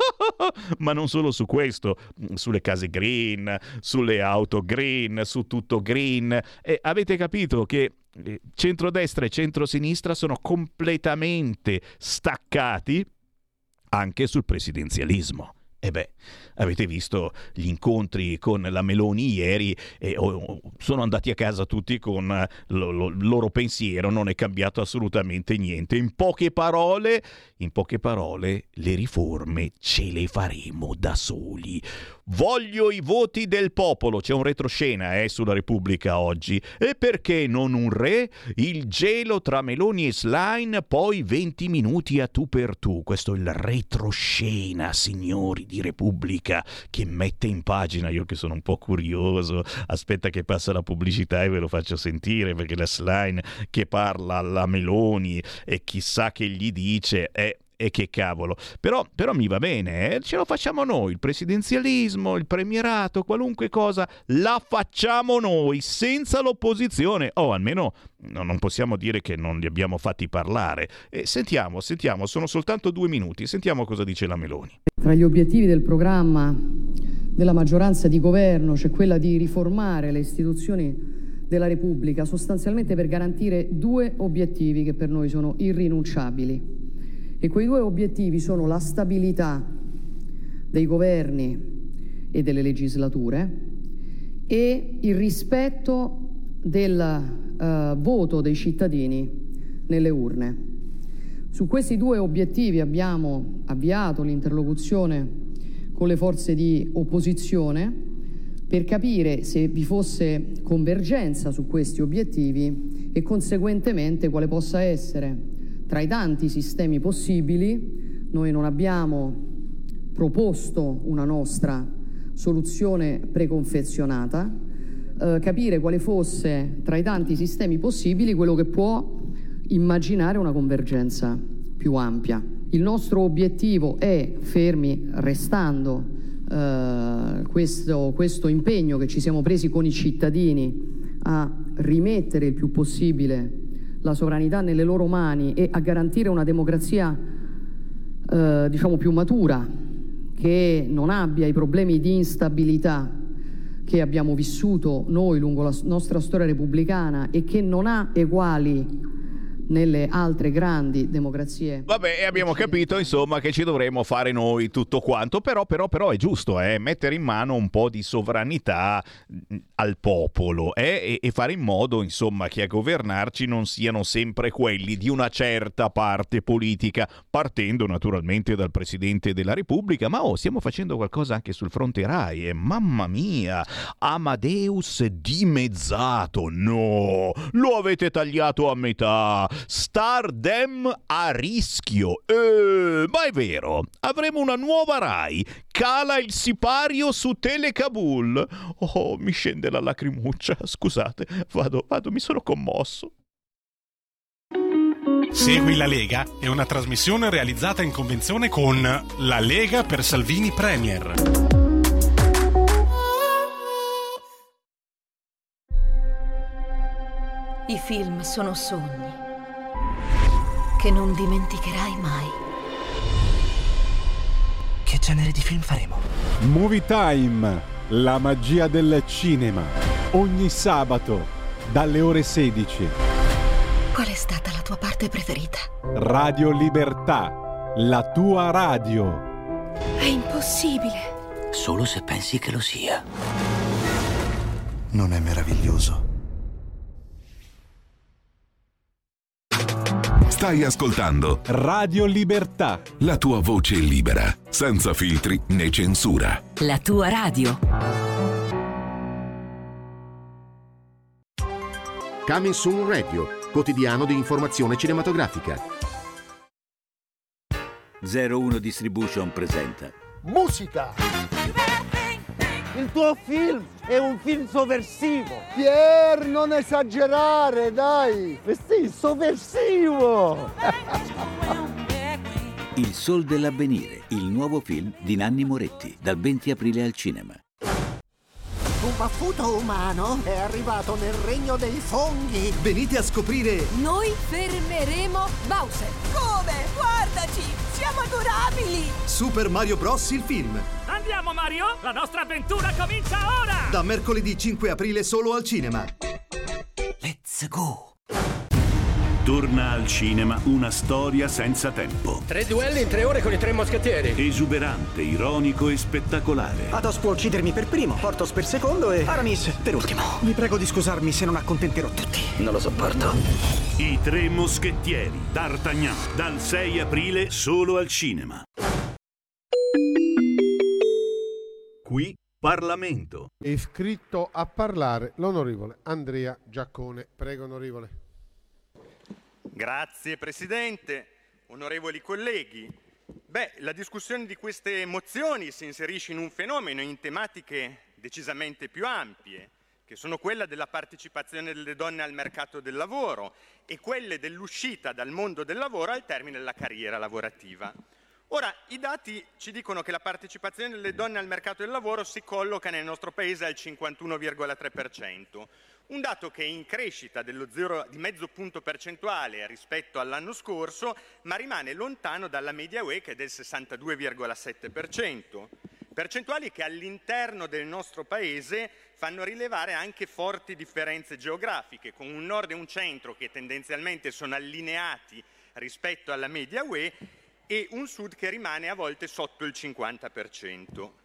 Ma non solo su questo, sulle case green, sulle auto green, su tutto green. E avete capito che centrodestra e centrosinistra sono completamente staccati anche sul presidenzialismo. E beh, avete visto gli incontri con la Meloni ieri, e oh, sono andati a casa tutti con lo, lo, il loro pensiero, non è cambiato assolutamente niente. In poche parole, in poche parole, le riforme ce le faremo da soli. Voglio i voti del popolo, c'è un retroscena eh, sulla Repubblica oggi. E perché non un re? Il gelo tra Meloni e Schlein, poi venti minuti a tu per tu. Questo è il retroscena, signori di Repubblica, che mette in pagina. Io che sono un po' curioso, aspetta che passa la pubblicità e ve lo faccio sentire, perché la Schlein che parla alla Meloni e chissà che gli dice è E che cavolo, però, però mi va bene, eh? Ce lo facciamo noi, il presidenzialismo, il premierato, qualunque cosa la facciamo noi, senza l'opposizione, o oh, almeno no, non possiamo dire che non li abbiamo fatti parlare. Eh, sentiamo, sentiamo, sono soltanto due minuti, sentiamo cosa dice la Meloni. Tra gli obiettivi del programma della maggioranza di governo c'è quella di riformare le istituzioni della Repubblica, sostanzialmente per garantire due obiettivi che per noi sono irrinunciabili. E quei due obiettivi sono la stabilità dei governi e delle legislature e il rispetto del eh, voto dei cittadini nelle urne. Su questi due obiettivi abbiamo avviato l'interlocuzione con le forze di opposizione per capire se vi fosse convergenza su questi obiettivi e conseguentemente quale possa essere, tra i tanti sistemi possibili, noi non abbiamo proposto una nostra soluzione preconfezionata, eh, capire quale fosse tra i tanti sistemi possibili quello che può immaginare una convergenza più ampia. Il nostro obiettivo è, fermi restando eh, questo, questo impegno che ci siamo presi con i cittadini a rimettere il più possibile la sovranità nelle loro mani e a garantire una democrazia eh, diciamo più matura, che non abbia i problemi di instabilità che abbiamo vissuto noi lungo la nostra storia repubblicana e che non ha eguali nelle altre grandi democrazie. Vabbè, e abbiamo capito insomma che ci dovremmo fare noi tutto quanto, però però però è giusto eh, mettere in mano un po' di sovranità al popolo eh, e, e fare in modo insomma che a governarci non siano sempre quelli di una certa parte politica, partendo naturalmente dal Presidente della Repubblica. Ma oh, stiamo facendo qualcosa anche sul fronte Rai e mamma mia, Amadeus dimezzato, no, lo avete tagliato a metà. Stardem a rischio. Eh, ma è vero, avremo una nuova Rai. Cala il sipario su Telecabul. Oh, mi scende la lacrimuccia. Scusate, vado, vado, mi sono commosso. Segui la Lega è una trasmissione realizzata in convenzione con La Lega per Salvini Premier. I film sono sogni che non dimenticherai mai. Che genere di film faremo? Movie Time, la magia del cinema. Ogni sabato, dalle ore sedici. Qual è stata la tua parte preferita? Radio Libertà, la tua radio. È impossibile. Solo se pensi che lo sia. Non è meraviglioso? Stai ascoltando Radio Libertà, la tua voce libera, senza filtri né censura. La tua radio. Coming Soon Radio, quotidiano di informazione cinematografica. zero uno Distribution presenta Musica! Il tuo film è un film sovversivo. Pier, non esagerare, dai! Sì, sovversivo! Il Sol dell'Avvenire, il nuovo film di Nanni Moretti, dal venti aprile al cinema. Un baffuto umano è arrivato nel regno dei funghi. Venite a scoprire. Noi fermeremo Bowser. Come? Guardaci! Siamo adorabili! Super Mario Bros. Il film. Andiamo Mario, la nostra avventura comincia ora! Da mercoledì cinque aprile solo al cinema. Let's go! Torna al cinema una storia senza tempo. Tre duelli in tre ore con i tre moschettieri. Esuberante, ironico e spettacolare. Athos può uccidermi per primo, Porthos per secondo e Aramis per ultimo. Vi prego di scusarmi se non accontenterò tutti. Non lo sopporto. I tre moschettieri, D'Artagnan, dal sei aprile solo al cinema. Qui Parlamento. È iscritto a parlare l'onorevole Andrea Giaccone. Prego, onorevole. Grazie Presidente, onorevoli colleghi. Beh, la discussione di queste mozioni si inserisce in un fenomeno in tematiche decisamente più ampie, che sono quella della partecipazione delle donne al mercato del lavoro e quelle dell'uscita dal mondo del lavoro al termine della carriera lavorativa. Ora, i dati ci dicono che la partecipazione delle donne al mercato del lavoro si colloca nel nostro Paese al cinquantuno virgola tre per cento, un dato che è in crescita dello zero, di mezzo punto percentuale rispetto all'anno scorso, ma rimane lontano dalla media U E che è del sessantadue virgola sette per cento. Percentuali che all'interno del nostro Paese fanno rilevare anche forti differenze geografiche, con un nord e un centro che tendenzialmente sono allineati rispetto alla media U E e un sud che rimane a volte sotto il cinquanta per cento.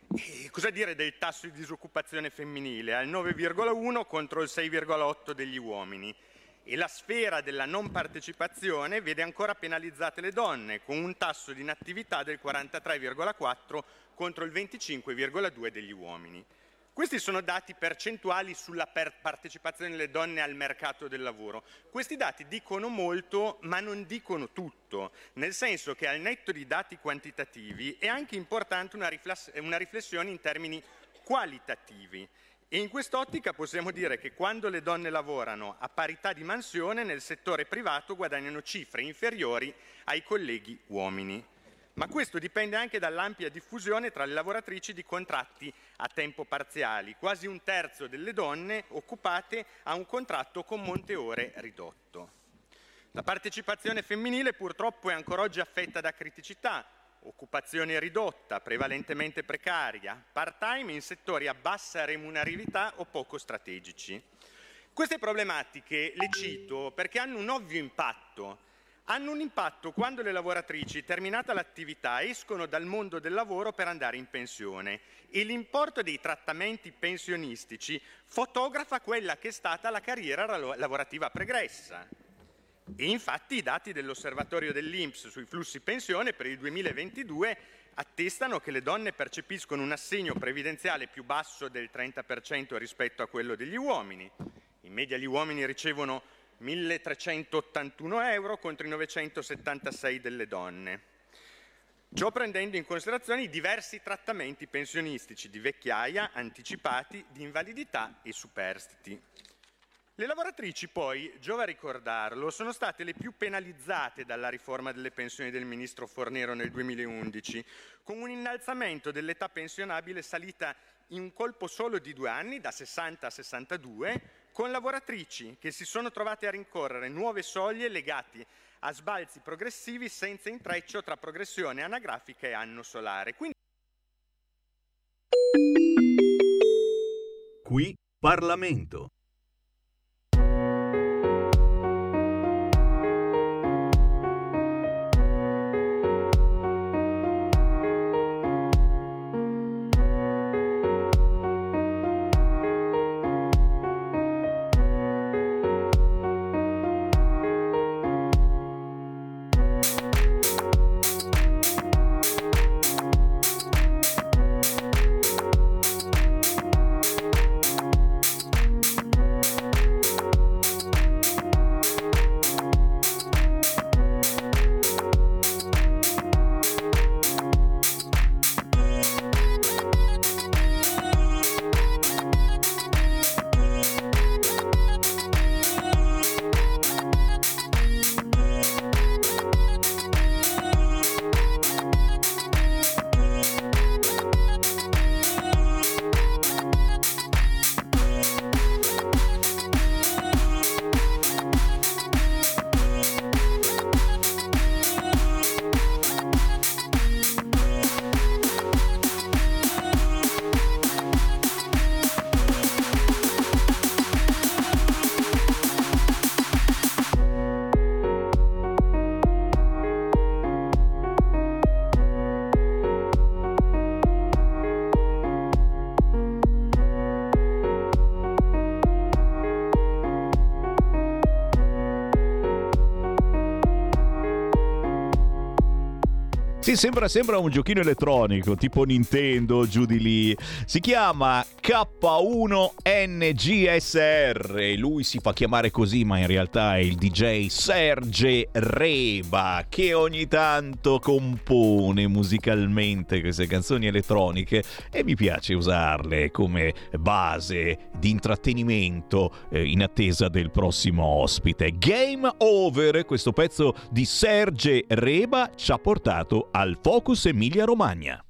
E cosa dire del tasso di disoccupazione femminile? Al nove virgola uno contro il sei virgola otto degli uomini. E la sfera della non partecipazione vede ancora penalizzate le donne, con un tasso di inattività del quarantatré virgola quattro contro il venticinque virgola due degli uomini. Questi sono dati percentuali sulla per partecipazione delle donne al mercato del lavoro. Questi dati dicono molto, ma non dicono tutto, nel senso che al netto di dati quantitativi è anche importante una, rifless una riflessione in termini qualitativi. E in quest'ottica possiamo dire che quando le donne lavorano a parità di mansione nel settore privato guadagnano cifre inferiori ai colleghi uomini. Ma questo dipende anche dall'ampia diffusione tra le lavoratrici di contratti a tempo parziali. Quasi un terzo delle donne occupate ha un contratto con monte ore ridotto. La partecipazione femminile purtroppo è ancora oggi affetta da criticità. Occupazione ridotta, prevalentemente precaria, part-time in settori a bassa remuneratività o poco strategici. Queste problematiche le cito perché hanno un ovvio impatto. Hanno un impatto quando le lavoratrici, terminata l'attività, escono dal mondo del lavoro per andare in pensione e l'importo dei trattamenti pensionistici fotografa quella che è stata la carriera lavorativa pregressa. E infatti i dati dell'osservatorio dell'I N P S sui flussi pensione per il duemilaventidue attestano che le donne percepiscono un assegno previdenziale più basso del trenta per cento rispetto a quello degli uomini. In media gli uomini ricevono milletrecentottantuno euro contro i novecentosettantasei delle donne. Ciò prendendo in considerazione i diversi trattamenti pensionistici di vecchiaia, anticipati, di invalidità e superstiti. Le lavoratrici poi, giova ricordarlo, sono state le più penalizzate dalla riforma delle pensioni del ministro Fornero nel duemilaundici, con un innalzamento dell'età pensionabile salita in un colpo solo di due anni, da sessanta a sessantadue, con lavoratrici che si sono trovate a rincorrere nuove soglie legate a sbalzi progressivi senza intreccio tra progressione anagrafica e anno solare. Quindi... Qui Parlamento. Sì, sembra, sembra un giochino elettronico, tipo Nintendo, giù di lì. Si chiama K uno N G S R. Lui si fa chiamare così, ma in realtà è il D J Serge Reba, che ogni tanto compone musicalmente queste canzoni elettroniche e mi piace usarle come base di intrattenimento eh, in attesa del prossimo ospite. Game Over, questo pezzo di Serge Reba ci ha portato al Focus Emilia Romagna.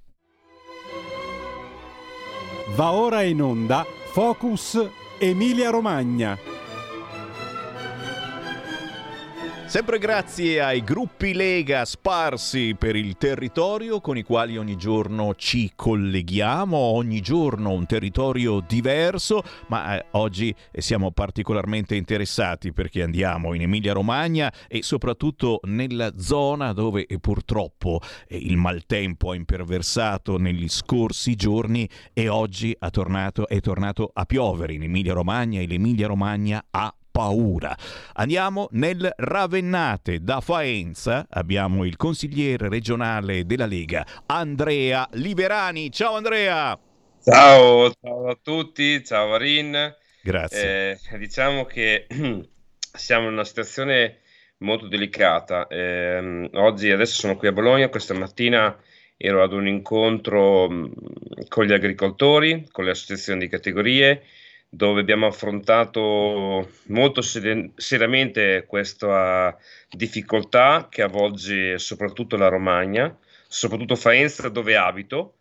Va ora in onda Focus Emilia Romagna. Sempre grazie ai gruppi Lega sparsi per il territorio con i quali ogni giorno ci colleghiamo, ogni giorno un territorio diverso, ma eh, oggi siamo particolarmente interessati perché andiamo in Emilia-Romagna e soprattutto nella zona dove eh, purtroppo eh, il maltempo ha imperversato negli scorsi giorni e oggi ha tornato, è tornato a piovere in Emilia-Romagna e l'Emilia-Romagna ha paura. Andiamo nel Ravennate. Da Faenza abbiamo il consigliere regionale della Lega, Andrea Liverani. Ciao Andrea! Ciao, ciao a tutti, ciao Varin. Grazie. Eh, diciamo che siamo in una situazione molto delicata. Eh, oggi, adesso sono qui a Bologna, questa mattina ero ad un incontro mh, con gli agricoltori, con le associazioni di categorie, dove abbiamo affrontato molto ser- seriamente questa difficoltà che avvolge soprattutto la Romagna, soprattutto Faenza dove abito.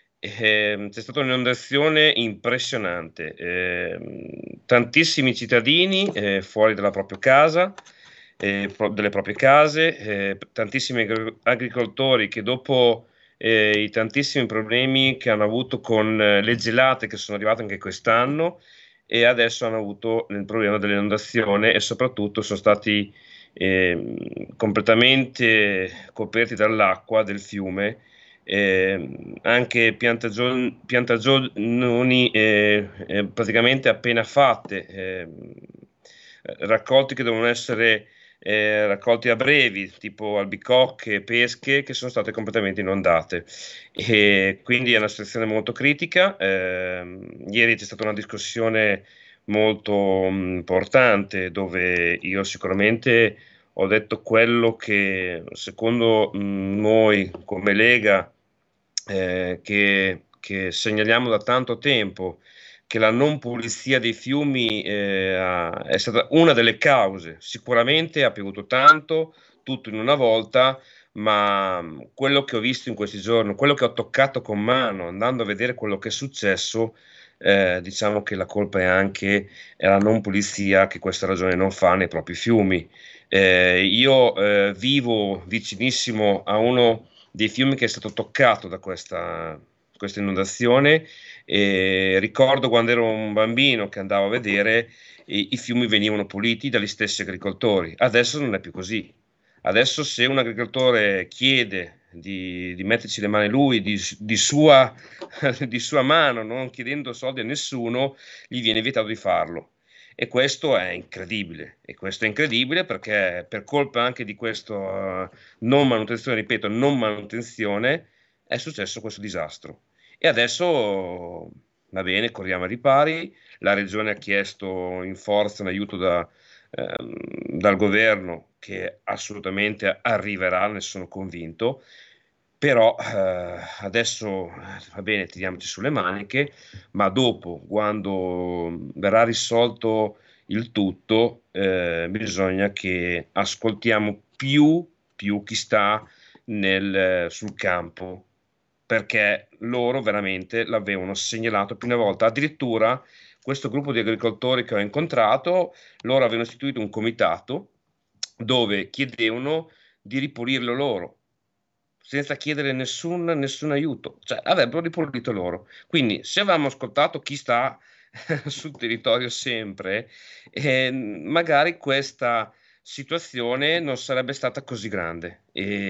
Eh, c'è stata un'inondazione impressionante, eh, tantissimi cittadini eh, fuori dalla propria casa, eh, pro- delle proprie case, eh, tantissimi agri- agricoltori che dopo eh, i tantissimi problemi che hanno avuto con eh, le gelate che sono arrivate anche quest'anno, e adesso hanno avuto il problema dell'inondazione e soprattutto sono stati eh, completamente coperti dall'acqua del fiume, eh, anche piantagioni, piantagioni eh, eh, praticamente appena fatte, eh, raccolti che devono essere eh, raccolti a brevi, tipo albicocche, pesche, che sono state completamente inondate. E quindi è una situazione molto critica. Eh, ieri c'è stata una discussione molto mh, importante dove io sicuramente ho detto quello che secondo mh, noi come Lega eh, che, che segnaliamo da tanto tempo, che la non pulizia dei fiumi eh, ha- è stata una delle cause. Sicuramente ha piovuto tanto, tutto in una volta, ma mh, quello che ho visto in questi giorni, quello che ho toccato con mano, andando a vedere quello che è successo, eh, diciamo che la colpa è anche eh, la non pulizia che questa regione non fa nei propri fiumi. Eh, io eh, vivo vicinissimo a uno dei fiumi che è stato toccato da questa, questa inondazione e ricordo quando ero un bambino che andavo a vedere i, i fiumi venivano puliti dagli stessi agricoltori. Adesso non è più così. Adesso se un agricoltore chiede di, di metterci le mani lui, di, di, sua, di sua mano, non chiedendo soldi a nessuno, gli viene vietato di farlo. E questo è incredibile, e questo è incredibile perché per colpa anche di questa uh, non manutenzione, ripeto, non manutenzione, è successo questo disastro. E adesso va bene, corriamo ai ripari, la regione ha chiesto in forza un aiuto da, ehm, dal governo che assolutamente arriverà, ne sono convinto, però eh, adesso va bene, tiriamoci sulle maniche, ma dopo, quando verrà risolto il tutto, eh, bisogna che ascoltiamo più, più chi sta nel, sul campo, perché loro veramente l'avevano segnalato più una volta. Addirittura questo gruppo di agricoltori che ho incontrato, loro avevano istituito un comitato dove chiedevano di ripulirlo loro, senza chiedere nessun, nessun aiuto, cioè avrebbero ripulito loro. Quindi se avevamo ascoltato chi sta sul territorio sempre, eh, magari questa situazione non sarebbe stata così grande.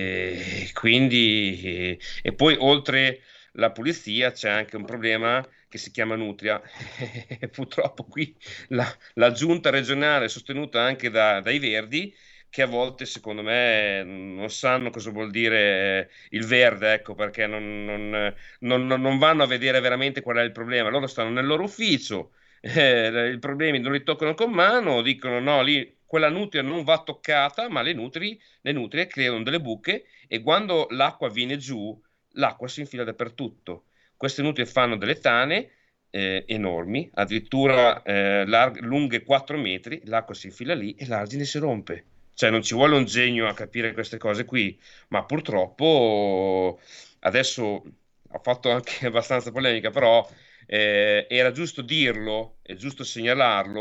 E quindi e, e poi oltre la pulizia c'è anche un problema che si chiama nutria. E purtroppo qui la, la giunta regionale sostenuta anche da, dai Verdi, che a volte secondo me non sanno cosa vuol dire il verde, ecco, perché non, non, non, non vanno a vedere veramente qual è il problema. Loro stanno nel loro ufficio, eh, i problemi non li toccano con mano, dicono no, lì quella nutria non va toccata, ma le nutrie, le nutrie creano delle buche e quando l'acqua viene giù, l'acqua si infila dappertutto. Queste nutrie fanno delle tane eh, enormi, addirittura eh, larghe, lunghe quattro metri, l'acqua si infila lì e l'argine si rompe. Cioè non ci vuole un genio a capire queste cose qui, ma purtroppo adesso ho fatto anche abbastanza polemica, però eh, era giusto dirlo, è giusto segnalarlo,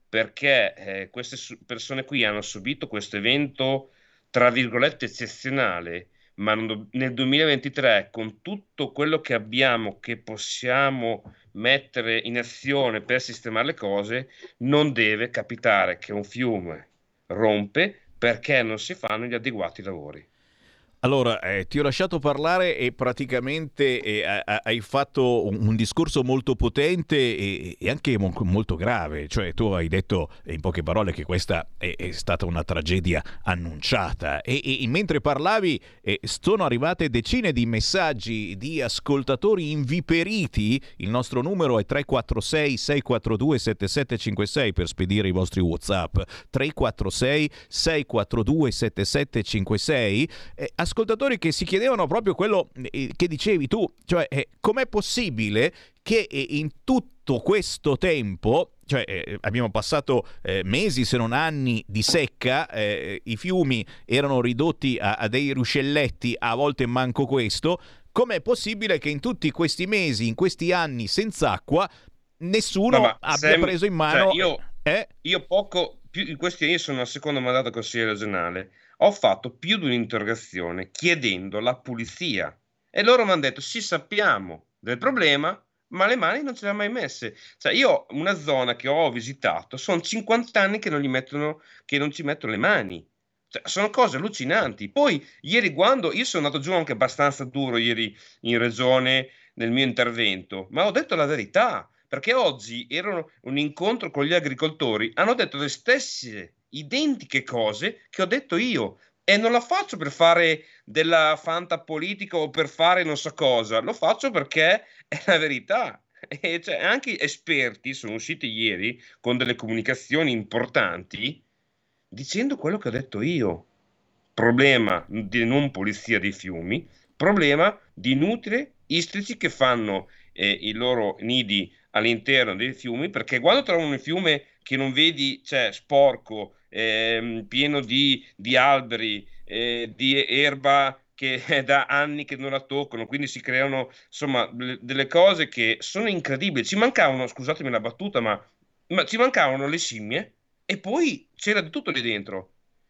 perché eh, queste su- persone qui hanno subito questo evento, tra virgolette, eccezionale, ma non do- nel duemilaventitré, con tutto quello che abbiamo, che possiamo mettere in azione per sistemare le cose, non deve capitare che un fiume rompe perché non si fanno gli adeguati lavori. Allora, eh, ti ho lasciato parlare e praticamente eh, hai fatto un, un discorso molto potente e, e anche mo- molto grave. Cioè, tu hai detto in poche parole che questa è, è stata una tragedia annunciata. E, e mentre parlavi, eh, sono arrivate decine di messaggi di ascoltatori inviperiti. Il nostro numero è tre quattro sei sei quattro due sette sette cinque sei per spedire i vostri WhatsApp. tre quattro sei sei quattro due sette sette cinque sei. Eh, ascoltatori che si chiedevano proprio quello che dicevi tu, cioè eh, com'è possibile che eh, in tutto questo tempo, cioè eh, abbiamo passato eh, mesi se non anni di secca, eh, i fiumi erano ridotti a, a dei ruscelletti, a volte manco questo, com'è possibile che in tutti questi mesi, in questi anni senza acqua, nessuno No, abbia Sam, preso in mano... cioè io, eh? io poco, più in questi anni sono al secondo mandato consigliere regionale, ho fatto più di un'interrogazione chiedendo la pulizia e loro mi hanno detto sì, sappiamo del problema, ma le mani non ce le ha mai messe. Cioè io una zona che ho visitato sono cinquanta anni che non gli mettono, che non ci mettono le mani. Cioè, sono cose allucinanti. Poi ieri, quando io sono andato giù anche abbastanza duro ieri in regione nel mio intervento, ma ho detto la verità, perché oggi era un incontro con gli agricoltori, hanno detto le stesse identiche cose che ho detto io, e non la faccio per fare della fanta politica o per fare non so cosa, lo faccio perché è la verità. E cioè, anche esperti sono usciti ieri con delle comunicazioni importanti dicendo quello che ho detto io. Problema di non pulizia dei fiumi, problema di inutili istrici che fanno eh, i loro nidi all'interno dei fiumi, perché quando trovano un fiume che non vedi, cioè sporco, ehm, pieno di, di alberi, eh, di erba che è da anni che non la toccano, quindi si creano insomma le, delle cose che sono incredibili. Ci mancavano, scusatemi la battuta, ma, ma ci mancavano le scimmie e poi c'era di tutto lì dentro.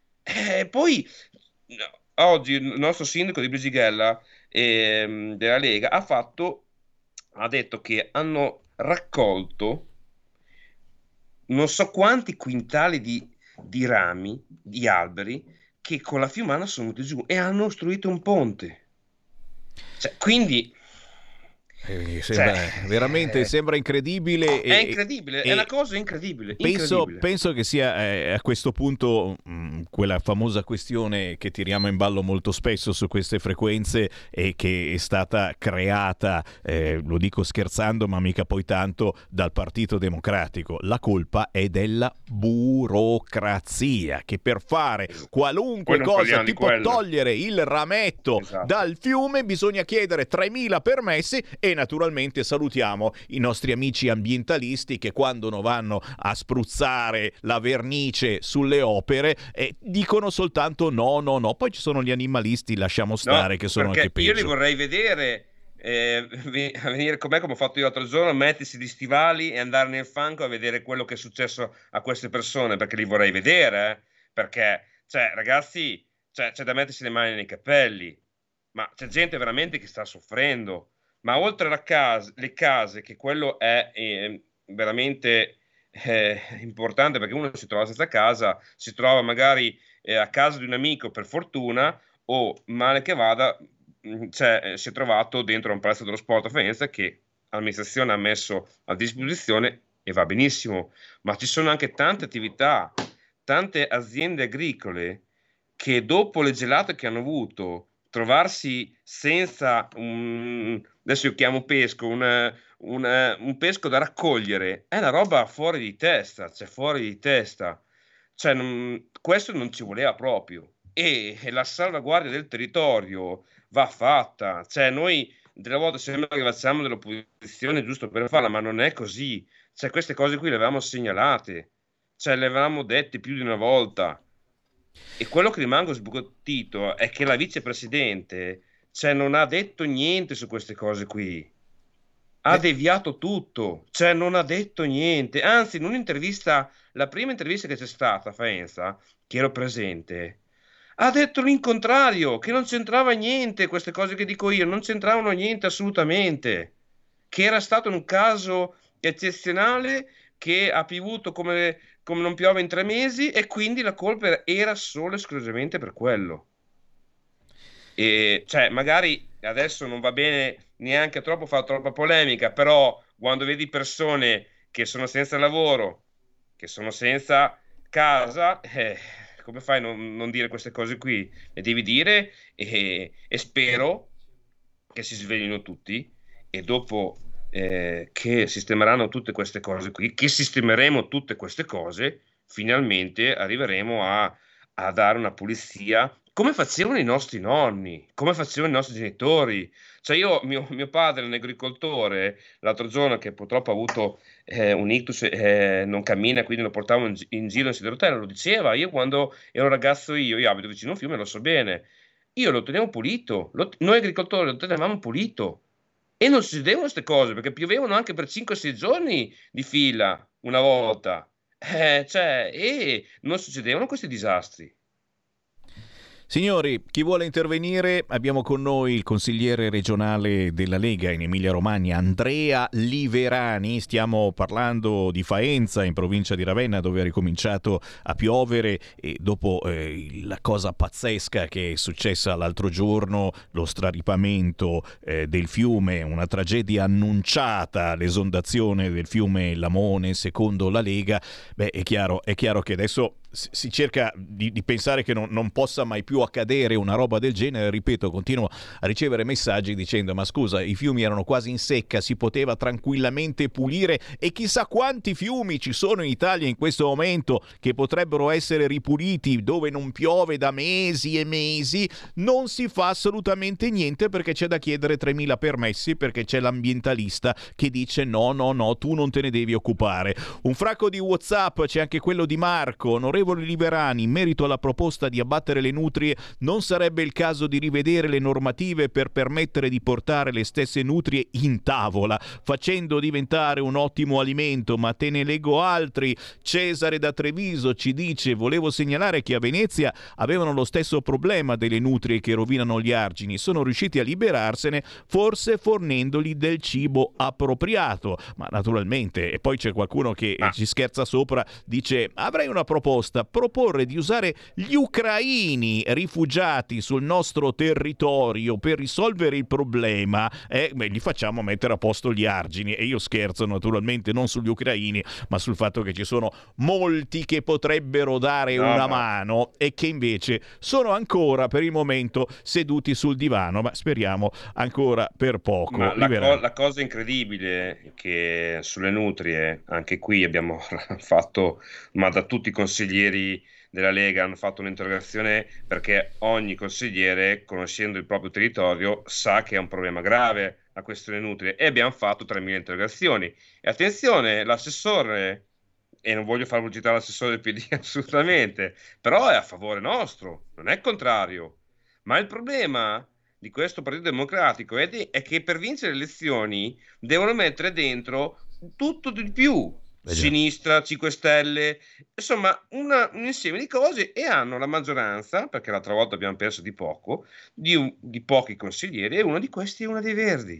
E poi oggi il nostro sindaco di Brisighella ehm, della Lega ha fatto, ha detto che hanno raccolto non so quanti quintali di, di rami, di alberi, che con la fiumana sono venuti giù e hanno costruito un ponte. Cioè, quindi... Eh, sembra, cioè, veramente eh, sembra incredibile. È incredibile, è una cosa incredibile. Penso, incredibile. penso che sia eh, a questo punto mh, quella famosa questione che tiriamo in ballo molto spesso su queste frequenze e che è stata creata, eh, lo dico scherzando, ma mica poi tanto, dal Partito Democratico. La colpa è della burocrazia, che per fare qualunque cosa, tipo togliere il rametto esatto. dal fiume, bisogna chiedere tremila permessi. E naturalmente salutiamo i nostri amici ambientalisti che quando non vanno a spruzzare la vernice sulle opere eh, dicono soltanto no, no, no. Poi ci sono gli animalisti, lasciamo stare, no, che sono anche peggio. Io li vorrei vedere eh, venire con me, come ho fatto io l'altro giorno, mettersi di stivali e andare nel fango a vedere quello che è successo a queste persone, perché li vorrei vedere, eh? Perché, cioè, ragazzi, cioè, c'è da mettersi le mani nei capelli, ma c'è gente veramente che sta soffrendo. Ma oltre alle case, le case, che quello è eh, veramente eh, importante, perché uno si trova senza casa, si trova magari eh, a casa di un amico per fortuna, o male che vada, cioè, eh, si è trovato dentro un palazzo dello sport a Faenza che l'amministrazione ha messo a disposizione e va benissimo, ma ci sono anche tante attività, tante aziende agricole che dopo le gelate che hanno avuto, trovarsi senza un, adesso io chiamo pesco, una, una, un pesco da raccogliere, è una roba fuori di testa, cioè fuori di testa. Cioè, non, questo non ci voleva proprio. E, e la salvaguardia del territorio va fatta. Cioè, noi delle volte sembra che facciamo dell'opposizione giusto per farla, ma non è così. Cioè, queste cose qui le avevamo segnalate, cioè le avevamo dette più di una volta. E quello che rimango sbigottito è che la vicepresidente, cioè, non ha detto niente su queste cose qui. ha deviato tutto, cioè non ha detto niente, anzi in un'intervista, la prima intervista che c'è stata a Faenza, che ero presente, ha detto l'incontrario, che non c'entrava niente, queste cose che dico io, non c'entravano niente assolutamente, che era stato un caso eccezionale, che ha piovuto come, come non piove in tre mesi e quindi la colpa era solo esclusivamente per quello. E cioè magari adesso non va bene neanche troppo fare troppa polemica, però quando vedi persone che sono senza lavoro, che sono senza casa, eh, come fai a non, non dire queste cose qui? Le devi dire e, e spero che si sveglino tutti e dopo eh, che sistemeranno tutte queste cose qui, che sistemeremo tutte queste cose, finalmente arriveremo a, a dare una pulizia come facevano i nostri nonni, come facevano i nostri genitori. Cioè io, mio, mio padre è un agricoltore, l'altro giorno che purtroppo ha avuto eh, un ictus, eh, non cammina, quindi lo portavo in, in giro in sedia a rotelle, lo diceva, io quando ero ragazzo io, io abito vicino a un fiume, lo so bene, io lo tenevo pulito, lo, noi agricoltori lo tenevamo pulito e non succedevano queste cose, perché piovevano anche per cinque sei giorni di fila una volta, eh, cioè, e non succedevano questi disastri. Signori, chi vuole intervenire? Abbiamo con noi il consigliere regionale della Lega in Emilia-Romagna, Andrea Liverani. Stiamo parlando di Faenza, in provincia di Ravenna, dove ha ricominciato a piovere e dopo eh, la cosa pazzesca che è successa l'altro giorno, lo straripamento eh, del fiume, una tragedia annunciata, l'esondazione del fiume Lamone, secondo la Lega. Beh, è chiaro, è chiaro che adesso si cerca di, di pensare che non, non possa mai più accadere una roba del genere. Ripeto, continuo a ricevere messaggi dicendo ma scusa, i fiumi erano quasi in secca, si poteva tranquillamente pulire e chissà quanti fiumi ci sono in Italia in questo momento che potrebbero essere ripuliti, dove non piove da mesi e mesi. Non si fa assolutamente niente perché c'è da chiedere tremila permessi, perché c'è l'ambientalista che dice no no no, tu non te ne devi occupare. Un fracco di WhatsApp, c'è anche quello di Marco. Onorevole Liverani, in merito alla proposta di abbattere le nutrie, non sarebbe il caso di rivedere le normative per permettere di portare le stesse nutrie in tavola, facendo diventare un ottimo alimento? Ma te ne leggo altri. Cesare da Treviso ci dice: volevo segnalare che a Venezia avevano lo stesso problema delle nutrie che rovinano gli argini, sono riusciti a liberarsene forse fornendogli del cibo appropriato. Ma naturalmente, e poi c'è qualcuno che ah. ci scherza sopra, dice avrei una proposta, proporre di usare gli ucraini rifugiati sul nostro territorio per risolvere il problema, e eh, gli facciamo mettere a posto gli argini. E io scherzo naturalmente non sugli ucraini, ma sul fatto che ci sono molti che potrebbero dare no, una no. mano e che invece sono ancora per il momento seduti sul divano, ma speriamo ancora per poco. Ma la, co- la cosa incredibile è che sulle nutrie, anche qui abbiamo fatto, ma da tutti i consiglieri della Lega hanno fatto un'interrogazione, perché ogni consigliere, conoscendo il proprio territorio, sa che è un problema grave la questione nutrie, e abbiamo fatto tremila interrogazioni. E attenzione, l'assessore, e non voglio far pubblicità all'assessore del P D assolutamente, però è a favore nostro, non è contrario. Ma il problema di questo Partito Democratico è, di, è che per vincere le elezioni devono mettere dentro tutto di più. Sinistra, cinque Stelle, insomma una, un insieme di cose, e hanno la maggioranza, perché l'altra volta abbiamo perso di poco, di, un, di pochi consiglieri, e uno di questi è una dei Verdi.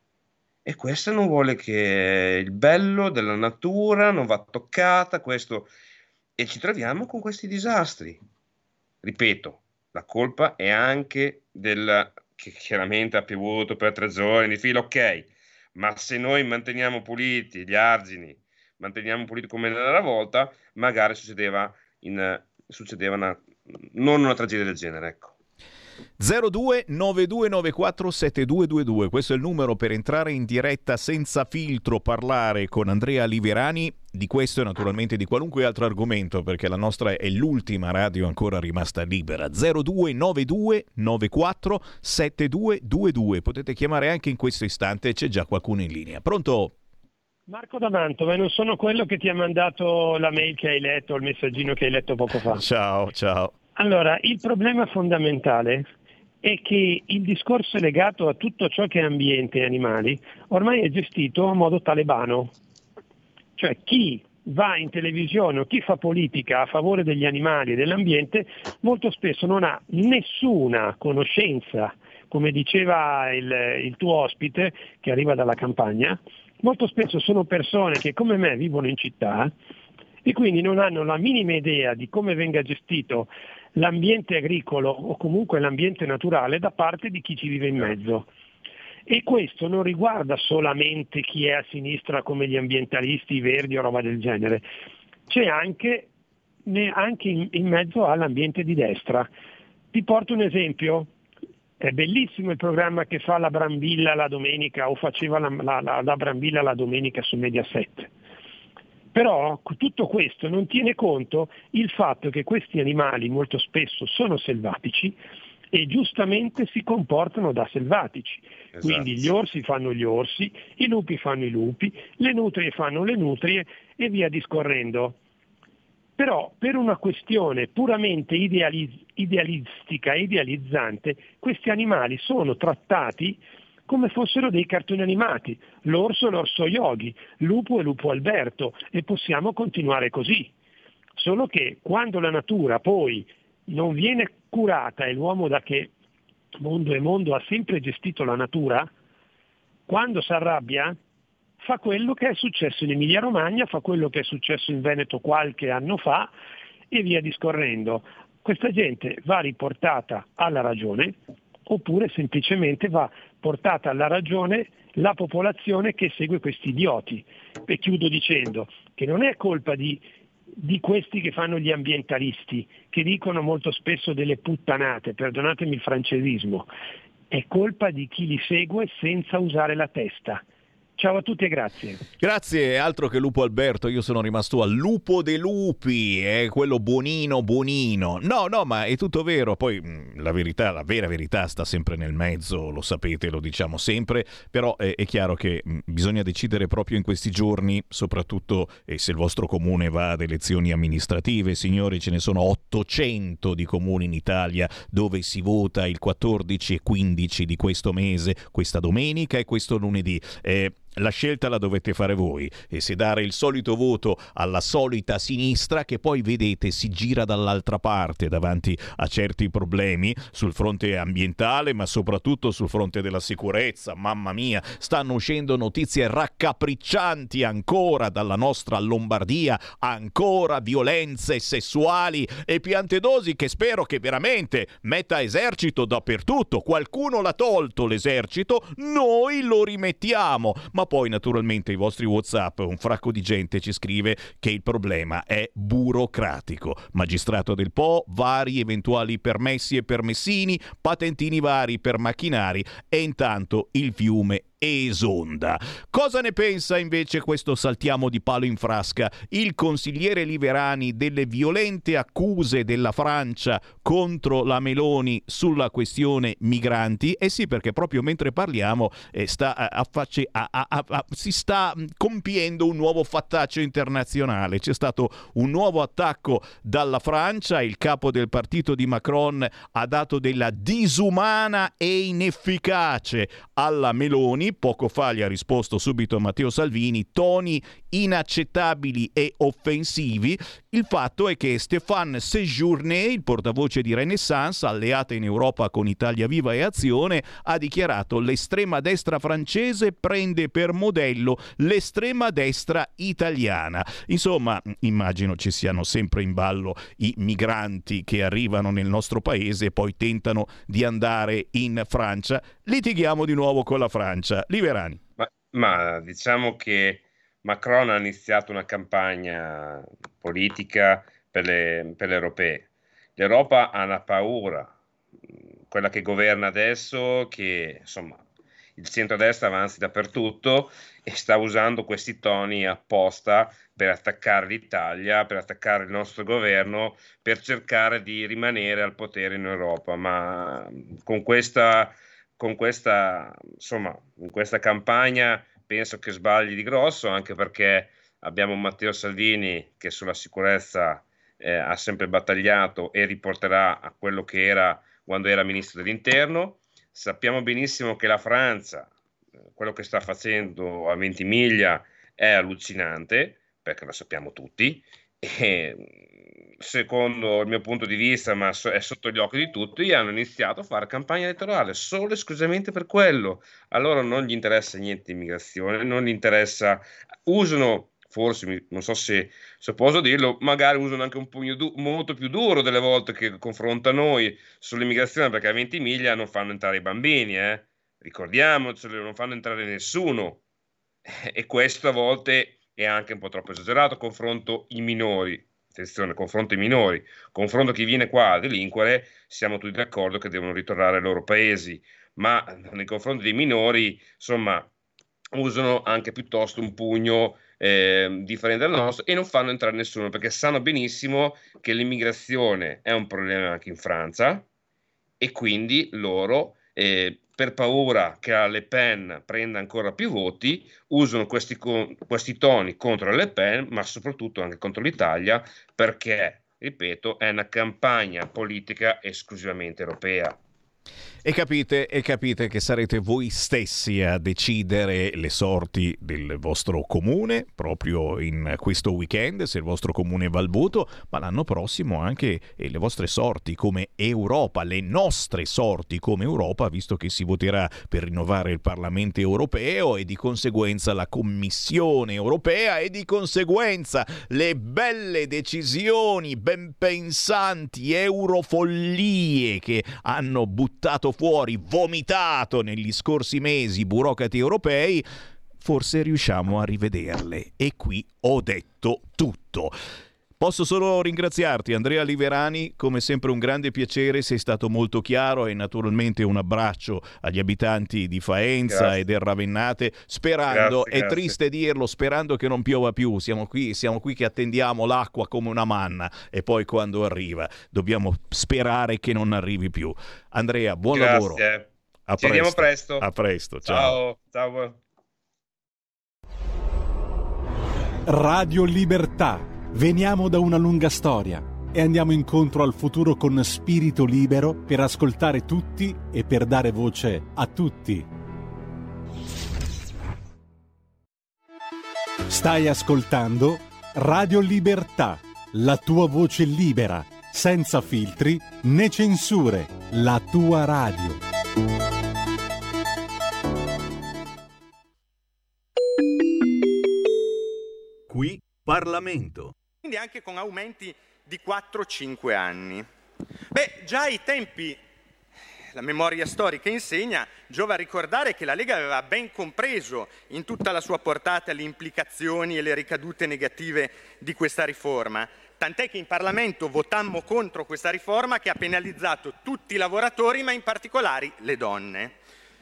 E questa non vuole che il bello della natura non va toccata, questo, e ci troviamo con questi disastri. Ripeto, la colpa è anche del che chiaramente ha piovuto per tre giorni di fila, ok, ma se noi manteniamo puliti gli argini, manteniamo pulito come nella volta, magari succedeva, in, succedeva una, non una tragedia del genere, ecco. zero due nove due nove quattro sette due due due, questo è il numero per entrare in diretta senza filtro, parlare con Andrea Liverani di questo e naturalmente di qualunque altro argomento, perché la nostra è l'ultima radio ancora rimasta libera. Zero due nove due nove quattro sette due due due, potete chiamare anche in questo istante, c'è già qualcuno in linea. Pronto? Marco da Mantova, non sono quello che ti ha mandato la mail che hai letto, il messaggino che hai letto poco fa. Ciao, ciao. Allora, il problema fondamentale è che il discorso legato a tutto ciò che è ambiente e animali ormai è gestito a modo talebano. Cioè chi va in televisione o chi fa politica a favore degli animali e dell'ambiente molto spesso non ha nessuna conoscenza, come diceva il, il tuo ospite che arriva dalla campagna, molto spesso sono persone che come me vivono in città e quindi non hanno la minima idea di come venga gestito l'ambiente agricolo o comunque l'ambiente naturale da parte di chi ci vive in mezzo. E questo non riguarda solamente chi è a sinistra come gli ambientalisti, i verdi o roba del genere, c'è anche, anche in, in mezzo all'ambiente di destra. Ti porto un esempio, è bellissimo il programma che fa la Brambilla la domenica o faceva la, la, la, la Brambilla la domenica su Mediaset. Però tutto questo non tiene conto il fatto che questi animali molto spesso sono selvatici e giustamente si comportano da selvatici. Esatto. Quindi gli orsi fanno gli orsi, i lupi fanno i lupi, le nutrie fanno le nutrie e via discorrendo. Però per una questione puramente idealiz- idealistica e idealizzante, questi animali sono trattati come fossero dei cartoni animati, l'orso e l'orso Yogi, lupo e lupo Alberto, e possiamo continuare così. Solo che quando la natura poi non viene curata e l'uomo da che mondo e mondo ha sempre gestito la natura, quando si arrabbia fa quello che è successo in Emilia Romagna, fa quello che è successo in Veneto qualche anno fa e via discorrendo. Questa gente va riportata alla ragione oppure semplicemente va portata alla ragione la popolazione che segue questi idioti. E chiudo dicendo che non è colpa di di questi che fanno gli ambientalisti, che dicono molto spesso delle puttanate, perdonatemi il francesismo, è colpa di chi li segue senza usare la testa. Ciao a tutti e grazie. Grazie, altro che Lupo Alberto, io sono rimasto al lupo dei lupi, è quello buonino buonino. No, no, ma è tutto vero, poi la verità, la vera verità sta sempre nel mezzo, lo sapete, lo diciamo sempre, però è, è chiaro che bisogna decidere proprio in questi giorni, soprattutto eh, se il vostro comune va ad elezioni amministrative, signori, ce ne sono ottocento di comuni in Italia dove si vota il quattordici e quindici di questo mese, questa domenica e questo lunedì. Eh, La scelta la dovete fare voi, e se dare il solito voto alla solita sinistra che poi vedete si gira dall'altra parte davanti a certi problemi sul fronte ambientale ma soprattutto sul fronte della sicurezza. Mamma mia, stanno uscendo notizie raccapriccianti ancora dalla nostra Lombardia, ancora violenze sessuali e piantedosi che spero che veramente metta esercito dappertutto. Qualcuno l'ha tolto l'esercito, noi lo rimettiamo. Ma poi naturalmente i vostri WhatsApp, un fracco di gente ci scrive che il problema è burocratico. Magistrato del Po, vari eventuali permessi e permessini, patentini vari per macchinari e intanto il fiume esonda. Cosa ne pensa invece questo saltiamo di palo in frasca il consigliere Liverani delle violente accuse della Francia contro la Meloni sulla questione migranti? Eh sì, perché proprio mentre parliamo eh, sta a, a face, a, a, a, si sta compiendo un nuovo fattaccio internazionale. C'è stato un nuovo attacco dalla Francia, il capo del partito di Macron ha dato della disumana e inefficace alla Meloni. Poco fa gli ha risposto subito Matteo Salvini, toni inaccettabili e offensivi. Il fatto è che Stéphane Séjourné, il portavoce di Renaissance, alleata in Europa con Italia Viva e Azione, ha dichiarato: l'estrema destra francese prende per modello l'estrema destra italiana. Insomma, immagino ci siano sempre in ballo i migranti che arrivano nel nostro paese e poi tentano di andare in Francia. Litighiamo di nuovo con la Francia. Liverani. Ma, ma diciamo che Macron ha iniziato una campagna politica per le, per le europee. L'Europa ha una paura, quella che governa adesso, che insomma il centrodestra avanzi dappertutto e sta usando questi toni apposta per attaccare l'Italia, per attaccare il nostro governo, per cercare di rimanere al potere in Europa. Ma con questa, con questa, insomma, in questa campagna penso che sbagli di grosso, anche perché abbiamo Matteo Salvini che sulla sicurezza eh, ha sempre battagliato e riporterà a quello che era quando era ministro dell'interno. Sappiamo benissimo che la Francia, quello che sta facendo a Ventimiglia è allucinante, perché lo sappiamo tutti, e secondo il mio punto di vista, ma è sotto gli occhi di tutti, hanno iniziato a fare campagna elettorale solo e esclusivamente per quello. A loro non gli interessa niente di immigrazione, non gli interessa, usano, forse, non so se, se posso dirlo, magari usano anche un pugno du- molto più duro delle volte che confronta noi sull'immigrazione, perché a Ventimiglia non fanno entrare i bambini, eh? Ricordiamocelo, non fanno entrare nessuno, e questo a volte è anche un po' troppo esagerato. Confronto i minori, attenzione, confronto i minori, confronto chi viene qua a delinquere, siamo tutti d'accordo che devono ritornare ai loro paesi, ma nei confronti dei minori, insomma, usano anche piuttosto un pugno eh, differente dal nostro e non fanno entrare nessuno, perché sanno benissimo che l'immigrazione è un problema anche in Francia, e quindi loro eh, per paura che la Le Pen prenda ancora più voti, usano questi, con, questi toni contro la Le Pen, ma soprattutto anche contro l'Italia, perché, ripeto, è una campagna politica esclusivamente europea. E capite, e capite che sarete voi stessi a decidere le sorti del vostro comune proprio in questo weekend, se il vostro comune va al voto, ma l'anno prossimo anche le vostre sorti come Europa, le nostre sorti come Europa, visto che si voterà per rinnovare il Parlamento europeo e di conseguenza la Commissione europea e di conseguenza le belle decisioni ben pensanti eurofollie che hanno buttato fuori, vomitato negli scorsi mesi burocrati europei. Forse riusciamo a rivederle, e qui ho detto tutto. Posso solo ringraziarti, Andrea Liverani, come sempre un grande piacere, sei stato molto chiaro, e naturalmente un abbraccio agli abitanti di Faenza grazie. E del Ravennate, sperando, grazie, è grazie. Triste dirlo, sperando che non piova più, siamo qui, siamo qui che attendiamo l'acqua come una manna, e poi quando arriva dobbiamo sperare che non arrivi più. Andrea, buon grazie. lavoro. A Ci vediamo presto. A presto, ciao. Ciao. Ciao. Radio Libertà. Veniamo da una lunga storia e andiamo incontro al futuro con spirito libero per ascoltare tutti e per dare voce a tutti. Stai ascoltando Radio Libertà, la tua voce libera, senza filtri né censure, la tua radio. Qui Parlamento. Quindi anche con aumenti di quattro cinque anni. Beh, già ai tempi, la memoria storica insegna, giova ricordare che la Lega aveva ben compreso in tutta la sua portata le implicazioni e le ricadute negative di questa riforma, tant'è che in Parlamento votammo contro questa riforma che ha penalizzato tutti i lavoratori, ma in particolare le donne.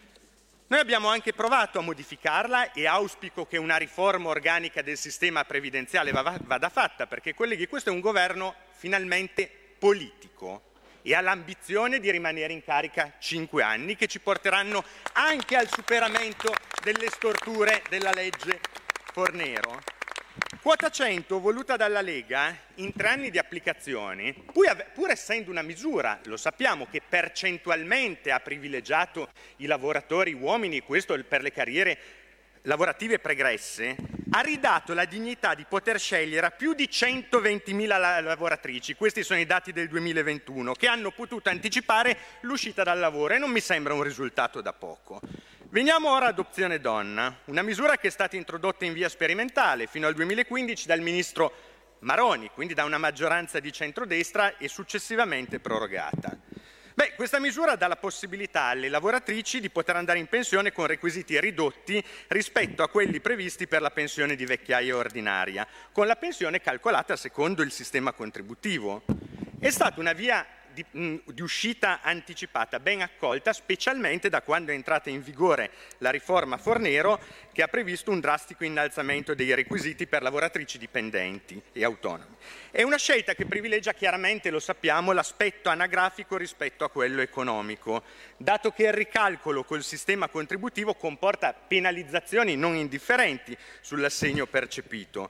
Noi abbiamo anche provato a modificarla e auspico che una riforma organica del sistema previdenziale vada fatta, perché, colleghi, questo è un governo finalmente politico e ha l'ambizione di rimanere in carica cinque anni, che ci porteranno anche al superamento delle storture della legge Fornero. Quota cento voluta dalla Lega in tre anni di applicazione, pur essendo una misura, lo sappiamo, che percentualmente ha privilegiato i lavoratori uomini, questo per le carriere lavorative pregresse, ha ridato la dignità di poter scegliere a più di centoventimila lavoratrici, questi sono i dati del duemilaventuno, che hanno potuto anticipare l'uscita dal lavoro, e non mi sembra un risultato da poco. Veniamo ora ad Opzione Donna, una misura che è stata introdotta in via sperimentale fino al duemilaquindici dal ministro Maroni, quindi da una maggioranza di centrodestra, e successivamente prorogata. Beh, questa misura dà la possibilità alle lavoratrici di poter andare in pensione con requisiti ridotti rispetto a quelli previsti per la pensione di vecchiaia ordinaria, con la pensione calcolata secondo il sistema contributivo. È stata una via Di, di uscita anticipata ben accolta, specialmente da quando è entrata in vigore la riforma Fornero, che ha previsto un drastico innalzamento dei requisiti per lavoratrici dipendenti e autonomi. È una scelta che privilegia chiaramente, lo sappiamo, l'aspetto anagrafico rispetto a quello economico, dato che il ricalcolo col sistema contributivo comporta penalizzazioni non indifferenti sull'assegno percepito.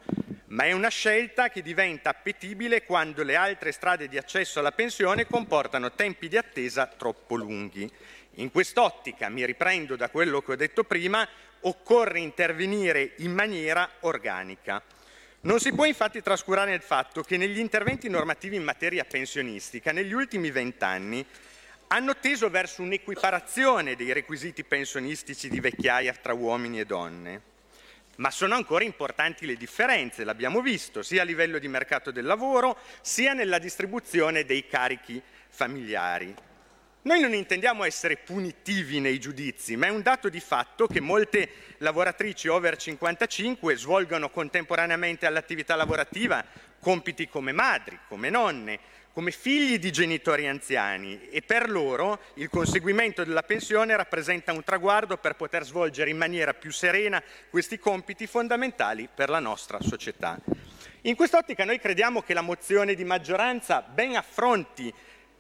ma è una scelta che diventa appetibile quando le altre strade di accesso alla pensione comportano tempi di attesa troppo lunghi. In quest'ottica, mi riprendo da quello che ho detto prima, occorre intervenire in maniera organica. Non si può infatti trascurare il fatto che negli interventi normativi in materia pensionistica negli ultimi vent'anni hanno teso verso un'equiparazione dei requisiti pensionistici di vecchiaia tra uomini e donne. Ma sono ancora importanti le differenze, l'abbiamo visto, sia a livello di mercato del lavoro, sia nella distribuzione dei carichi familiari. Noi non intendiamo essere punitivi nei giudizi, ma è un dato di fatto che molte lavoratrici over cinquantacinque svolgono contemporaneamente all'attività lavorativa compiti come madri, come nonne, come figli di genitori anziani, e per loro il conseguimento della pensione rappresenta un traguardo per poter svolgere in maniera più serena questi compiti fondamentali per la nostra società. In quest'ottica noi crediamo che la mozione di maggioranza ben affronti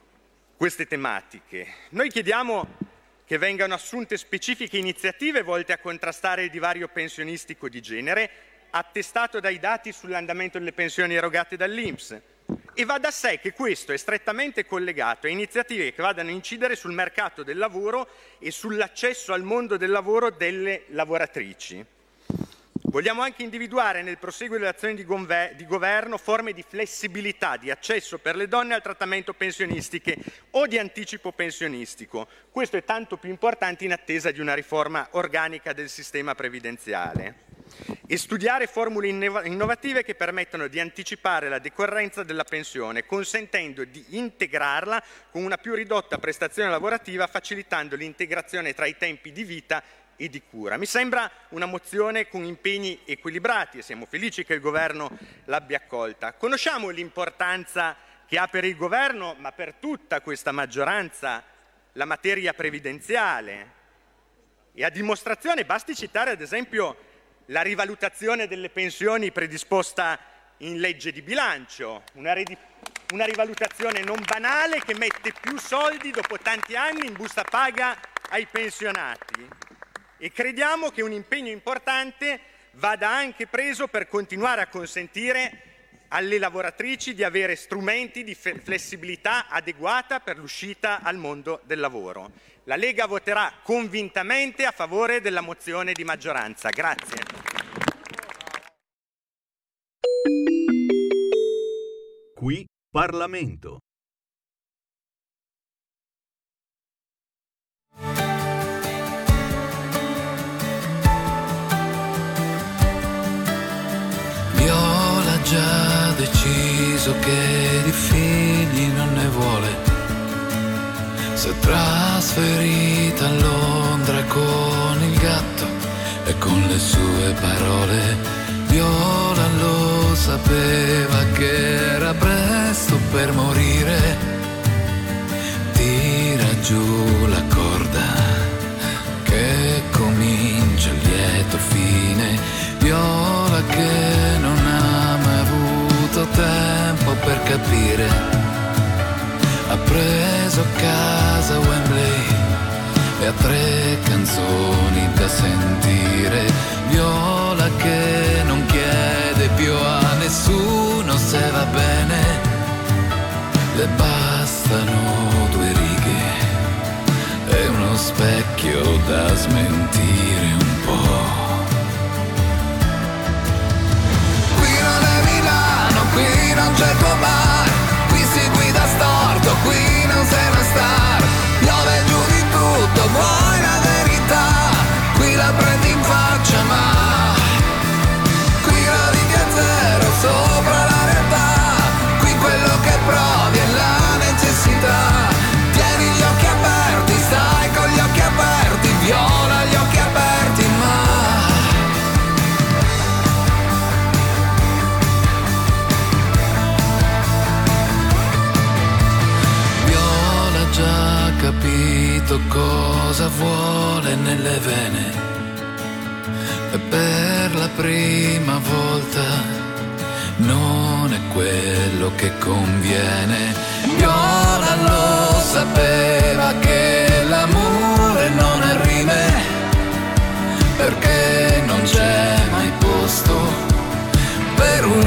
queste tematiche. Noi chiediamo che vengano assunte specifiche iniziative volte a contrastare il divario pensionistico di genere, attestato dai dati sull'andamento delle pensioni erogate dall'I N P S. E va da sé che questo è strettamente collegato a iniziative che vadano a incidere sul mercato del lavoro e sull'accesso al mondo del lavoro delle lavoratrici. Vogliamo anche individuare nel proseguo delle azioni di, gonve- di governo forme di flessibilità di accesso per le donne al trattamento pensionistiche o di anticipo pensionistico. Questo è tanto più importante in attesa di una riforma organica del sistema previdenziale. E studiare formule innov- innovative che permettano di anticipare la decorrenza della pensione, consentendo di integrarla con una più ridotta prestazione lavorativa, facilitando l'integrazione tra i tempi di vita e di cura. Mi sembra una mozione con impegni equilibrati e siamo felici che il Governo l'abbia accolta. Conosciamo l'importanza che ha per il Governo, ma per tutta questa maggioranza, la materia previdenziale. E a dimostrazione basti citare ad esempio la rivalutazione delle pensioni predisposta in legge di bilancio, una, redi- una rivalutazione non banale che mette più soldi dopo tanti anni in busta paga ai pensionati. E crediamo che un impegno importante vada anche preso per continuare a consentire alle lavoratrici di avere strumenti di fe- flessibilità adeguata per l'uscita al mondo del lavoro. La Lega voterà convintamente a favore della mozione di maggioranza. Grazie. Qui Parlamento. Viola già deciso che di figli non ne vuole. Si è trasferita a Londra con il gatto e con le sue parole. Viola lo sapeva che era presto per morire. Tira giù la corda che comincia il lieto fine. Viola che non ha mai avuto tempo per capire. Ha preso casa Wembley e ha tre canzoni da sentire. Viola che non chiede più a nessuno se va bene. Le bastano due righe e uno specchio da smentire un po'. Qui non è Milano, qui non c'è il tuo bar, qui si guida storto, qui non sei una star. Piove giù di tutto, vuoi la verità, qui la prendi in faccia ma qui radichi a zero sopra la realtà. Qui quello che provi è la necessità. Tieni gli occhi aperti, stai con gli occhi aperti. Viola gli occhi aperti ma Viola già capito cosa vuole nelle vene. E per la prima volta non è quello che conviene. Viola lo sapeva che l'amore non è rime, perché non c'è mai posto per un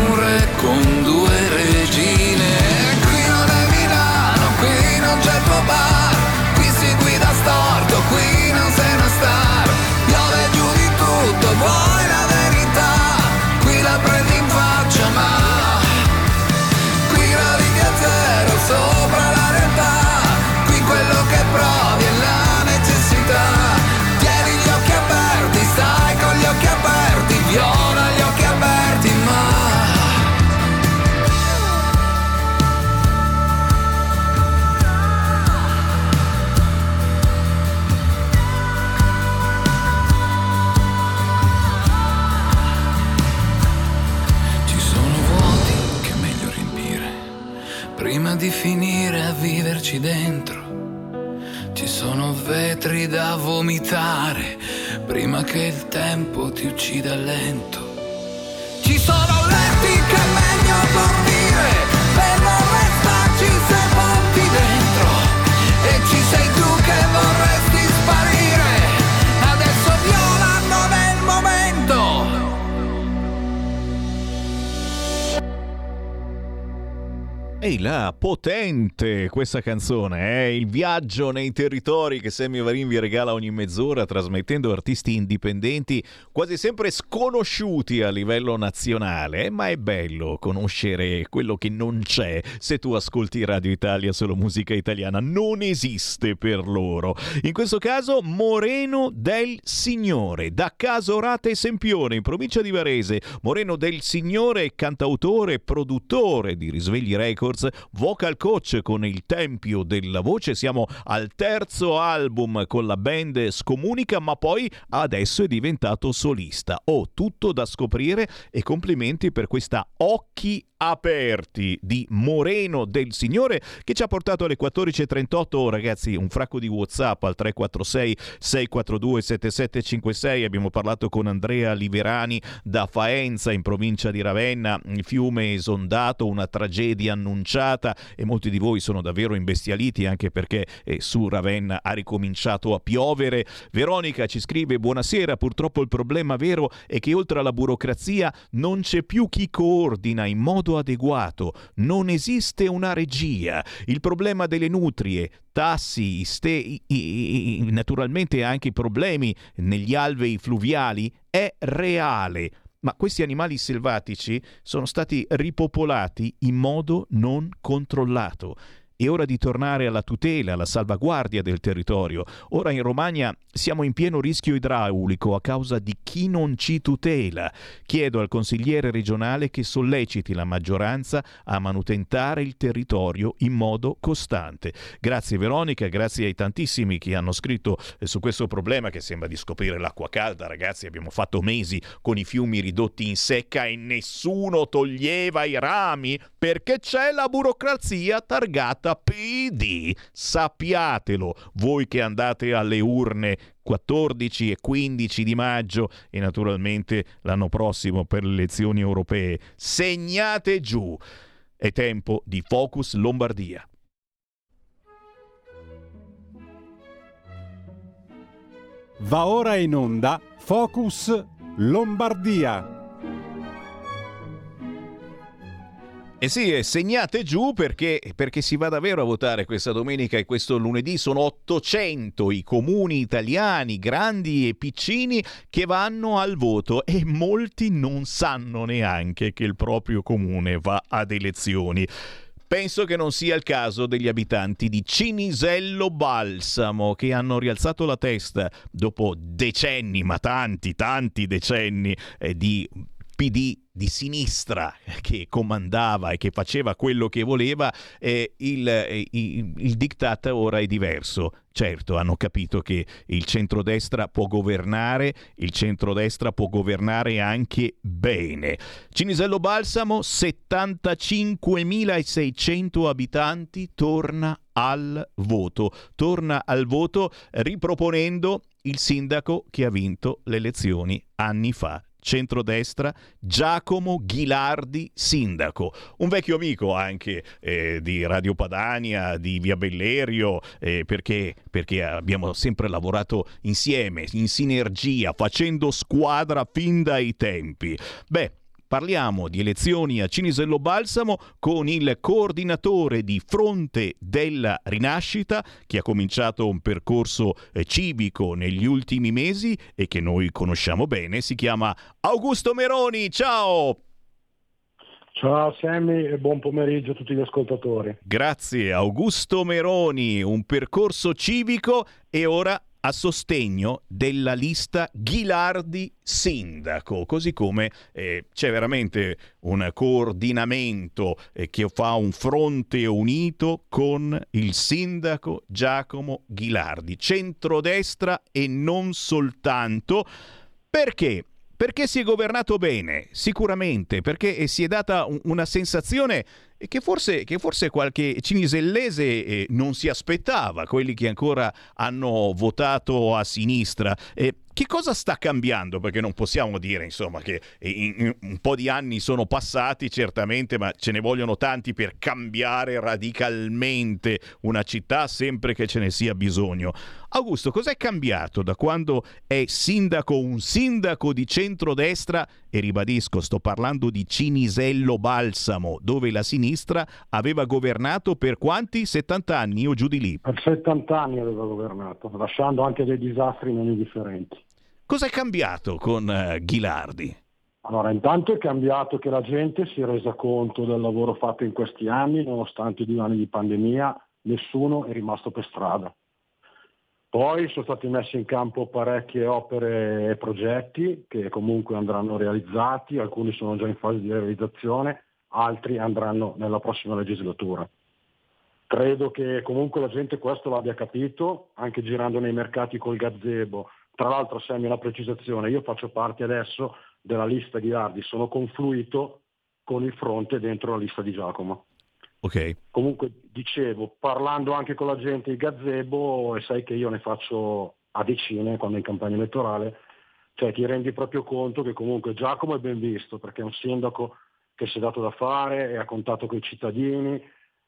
prima di finire a viverci dentro. Ci sono vetri da vomitare, prima che il tempo ti uccida lento. Ci sono letti che è meglio dormire, per non restarci sepolti dentro. E ci sei tu che vorresti sparire, adesso violano nel momento. Ehi là, potente questa canzone, è eh? Il viaggio nei territori che Sammy Varin vi regala ogni mezz'ora, trasmettendo artisti indipendenti quasi sempre sconosciuti a livello nazionale, ma è bello conoscere quello che non c'è. Se tu ascolti Radio Italia, solo musica italiana non esiste per loro. In questo caso Moreno del Signore, da Casorate Sempione, in provincia di Varese. Moreno del Signore è cantautore e produttore di Risvegli Records, vocal coach con il Tempio della Voce. Siamo al terzo album con la band Scomunica, ma poi adesso è diventato solista. Oh, tutto da scoprire, e complimenti per questa Occhi Aperti di Moreno del Signore, che ci ha portato alle quattordici e trentotto. Oh, ragazzi, un fracco di WhatsApp al tre quattro sei sei quattro due sette sette cinque sei. Abbiamo parlato con Andrea Liverani da Faenza, in provincia di Ravenna. Il fiume esondato, una tragedia annunciata, e molti di voi sono davvero imbestialiti, anche perché eh, su Ravenna ha ricominciato a piovere. Veronica ci scrive: buonasera, purtroppo il problema vero è che oltre alla burocrazia non c'è più chi coordina in modo adeguato, non esiste una regia. Il problema delle nutrie, tassi, ste, i, i, i, naturalmente anche i problemi negli alvei fluviali è reale. Ma questi animali selvatici sono stati ripopolati in modo non controllato. È ora di tornare alla tutela, alla salvaguardia del territorio. Ora in Romagna siamo in pieno rischio idraulico a causa di chi non ci tutela. Chiedo al consigliere regionale che solleciti la maggioranza a manutentare il territorio in modo costante. Grazie Veronica, grazie ai tantissimi che hanno scritto su questo problema, che sembra di scoprire l'acqua calda. Ragazzi, abbiamo fatto mesi con i fiumi ridotti in secca e nessuno toglieva i rami perché c'è la burocrazia targata P D. Sappiatelo, voi che andate alle urne quattordici e quindici di maggio e naturalmente l'anno prossimo per le elezioni europee. Segnate giù. È tempo di Focus Lombardia. Va ora in onda Focus Lombardia. E sì, eh, segnate giù perché, perché si va davvero a votare questa domenica e questo lunedì. Sono ottocento i comuni italiani, grandi e piccini, che vanno al voto, e molti non sanno neanche che il proprio comune va ad elezioni. Penso che non sia il caso degli abitanti di Cinisello Balsamo, che hanno rialzato la testa dopo decenni, ma tanti, tanti decenni eh, di P D di sinistra che comandava e che faceva quello che voleva. Eh, il, eh, il, il diktat ora è diverso. Certo, hanno capito che il centrodestra può governare, il centrodestra può governare anche bene. Cinisello Balsamo, settantacinquemilaseicento abitanti, torna al voto. Torna al voto riproponendo il sindaco che ha vinto le elezioni anni fa. Centrodestra, Giacomo Ghilardi sindaco, un vecchio amico anche eh, di Radio Padania, di Via Bellerio, eh, perché, perché abbiamo sempre lavorato insieme, in sinergia, facendo squadra fin dai tempi. Beh, parliamo di elezioni a Cinisello Balsamo con il coordinatore di Fronte della Rinascita, che ha cominciato un percorso eh, civico negli ultimi mesi e che noi conosciamo bene. Si chiama Augusto Meroni. Ciao! Ciao Sammy e buon pomeriggio a tutti gli ascoltatori. Grazie. Augusto Meroni, un percorso civico e ora a sostegno della lista Ghilardi sindaco, così come eh, c'è veramente un coordinamento eh, che fa un fronte unito con il sindaco Giacomo Ghilardi, centrodestra e non soltanto. Perché? Perché si è governato bene, sicuramente, perché si è data una sensazione e che forse, che forse qualche cinisellese eh, non si aspettava, quelli che ancora hanno votato a sinistra. Eh, Che cosa sta cambiando? Perché non possiamo dire, insomma, che in, in, un po' di anni sono passati, certamente, ma ce ne vogliono tanti per cambiare radicalmente una città, sempre che ce ne sia bisogno. Augusto, cos'è cambiato da quando è sindaco, un sindaco di centrodestra, e ribadisco, sto parlando di Cinisello Balsamo, dove la sinistra aveva governato per quanti? settanta anni o giù di lì? Per settanta anni aveva governato, lasciando anche dei disastri non indifferenti. Cos'è cambiato con uh, Ghilardi? Allora, intanto è cambiato che la gente si è resa conto del lavoro fatto in questi anni, nonostante i due anni di pandemia, nessuno è rimasto per strada. Poi sono stati messi in campo parecchie opere e progetti che comunque andranno realizzati, alcuni sono già in fase di realizzazione, altri andranno nella prossima legislatura. Credo che comunque la gente questo l'abbia capito, anche girando nei mercati col gazebo. Tra l'altro, Sammy, una precisazione, io faccio parte adesso della lista di Ghilardi, sono confluito con il fronte dentro la lista di Giacomo. Ok. Comunque, dicevo, parlando anche con la gente di gazebo, e sai che io ne faccio a decine quando in campagna elettorale, cioè ti rendi proprio conto che comunque Giacomo è ben visto, perché è un sindaco che si è dato da fare e ha contatto con i cittadini,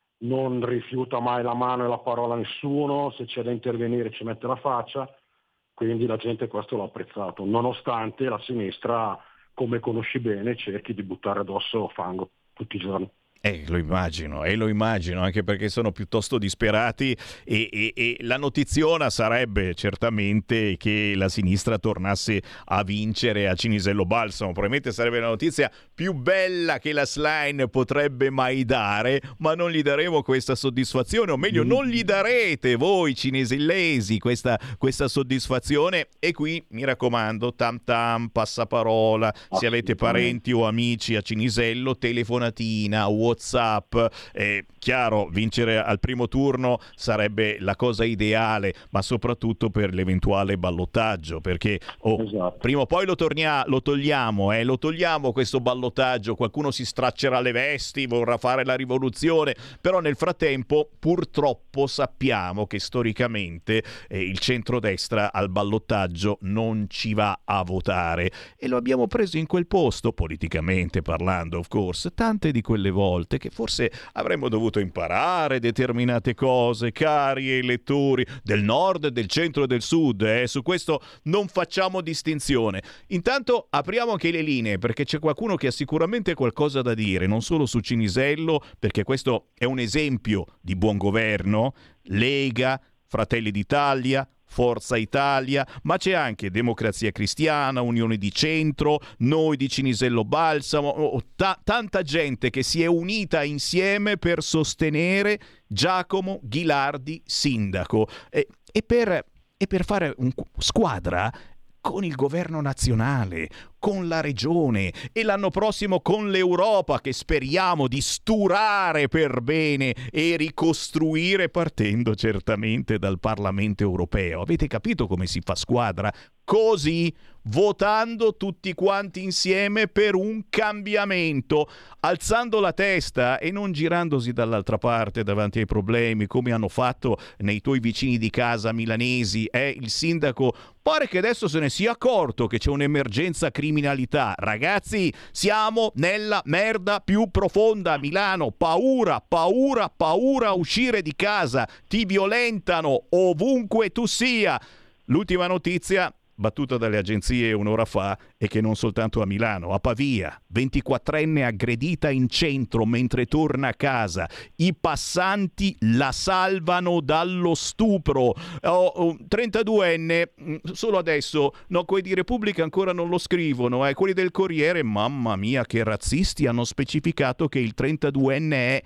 non rifiuta mai la mano e la parola a nessuno, se c'è da intervenire ci mette la faccia, quindi la gente questo l'ha apprezzato, nonostante la sinistra, come conosci bene, cerchi di buttare addosso fango tutti i giorni. Eh, lo immagino, e lo immagino, anche perché sono piuttosto disperati e, e, e la notiziona sarebbe certamente che la sinistra tornasse a vincere a Cinisello Balsamo. Probabilmente sarebbe la notizia più bella che la Schlein potrebbe mai dare, ma non gli daremo questa soddisfazione, o meglio non gli darete voi cinesellesi questa, questa soddisfazione. E qui mi raccomando, tam tam, passaparola, se avete parenti o amici a Cinisello, telefonatina, WhatsApp. È chiaro, vincere al primo turno sarebbe la cosa ideale, ma soprattutto per l'eventuale ballottaggio, perché oh, esatto. prima o poi lo, tornia, lo togliamo, eh, lo togliamo questo ballottaggio, qualcuno si straccerà le vesti, vorrà fare la rivoluzione, però nel frattempo purtroppo sappiamo che storicamente eh, il centrodestra al ballottaggio non ci va a votare, e lo abbiamo preso in quel posto, politicamente parlando, of course, tante di quelle volte che forse avremmo dovuto imparare determinate cose, cari elettori del nord, del centro e del sud, eh? Su questo non facciamo distinzione. Intanto apriamo anche le linee, perché c'è qualcuno che ha sicuramente qualcosa da dire, non solo su Cinisello, perché questo è un esempio di buon governo, Lega, Fratelli d'Italia, Forza Italia, ma c'è anche Democrazia Cristiana, Unione di Centro, noi di Cinisello Balsamo, ta- tanta gente che si è unita insieme per sostenere Giacomo Ghilardi sindaco e, e, per, e per fare un, squadra con il governo nazionale, con la regione e l'anno prossimo con l'Europa, che speriamo di sturare per bene e ricostruire partendo certamente dal Parlamento europeo. Avete capito come si fa squadra? Così, votando tutti quanti insieme per un cambiamento, alzando la testa e non girandosi dall'altra parte davanti ai problemi, come hanno fatto nei tuoi vicini di casa milanesi. Eh, il sindaco pare che adesso se ne sia accorto che c'è un'emergenza criminalità. Ragazzi, siamo nella merda più profonda a Milano. Paura, paura, paura a uscire di casa. Ti violentano ovunque tu sia. L'ultima notizia battuta dalle agenzie un'ora fa è che non soltanto a Milano, a Pavia, ventiquattrenne aggredita in centro mentre torna a casa. I passanti la salvano dallo stupro. Oh, oh, trentaduenne, solo adesso, no, quelli di Repubblica ancora non lo scrivono, eh. Quelli del Corriere, mamma mia che razzisti, hanno specificato che il trentaduenne è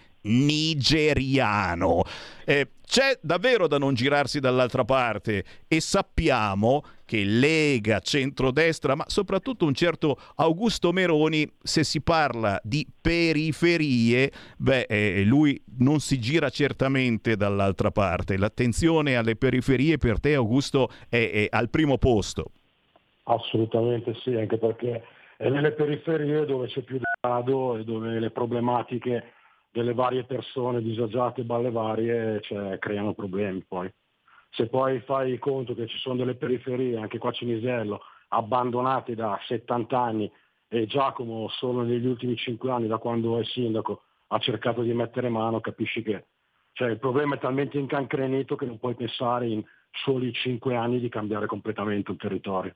nigeriano. Eh, c'è davvero da non girarsi dall'altra parte, e sappiamo che Lega, centrodestra, ma soprattutto un certo Augusto Meroni, se si parla di periferie, beh, eh, lui non si gira certamente dall'altra parte. L'attenzione alle periferie per te, Augusto, è, è al primo posto. Assolutamente sì, anche perché è nelle periferie dove c'è più degrado e dove le problematiche delle varie persone disagiate, balle varie, cioè, creano problemi poi. Se poi fai conto che ci sono delle periferie, anche qua a Cinisello, abbandonate da settanta anni, e Giacomo solo negli ultimi cinque anni, da quando è sindaco, ha cercato di mettere mano, capisci che cioè, il problema è talmente incancrenito che non puoi pensare in soli cinque anni di cambiare completamente il territorio.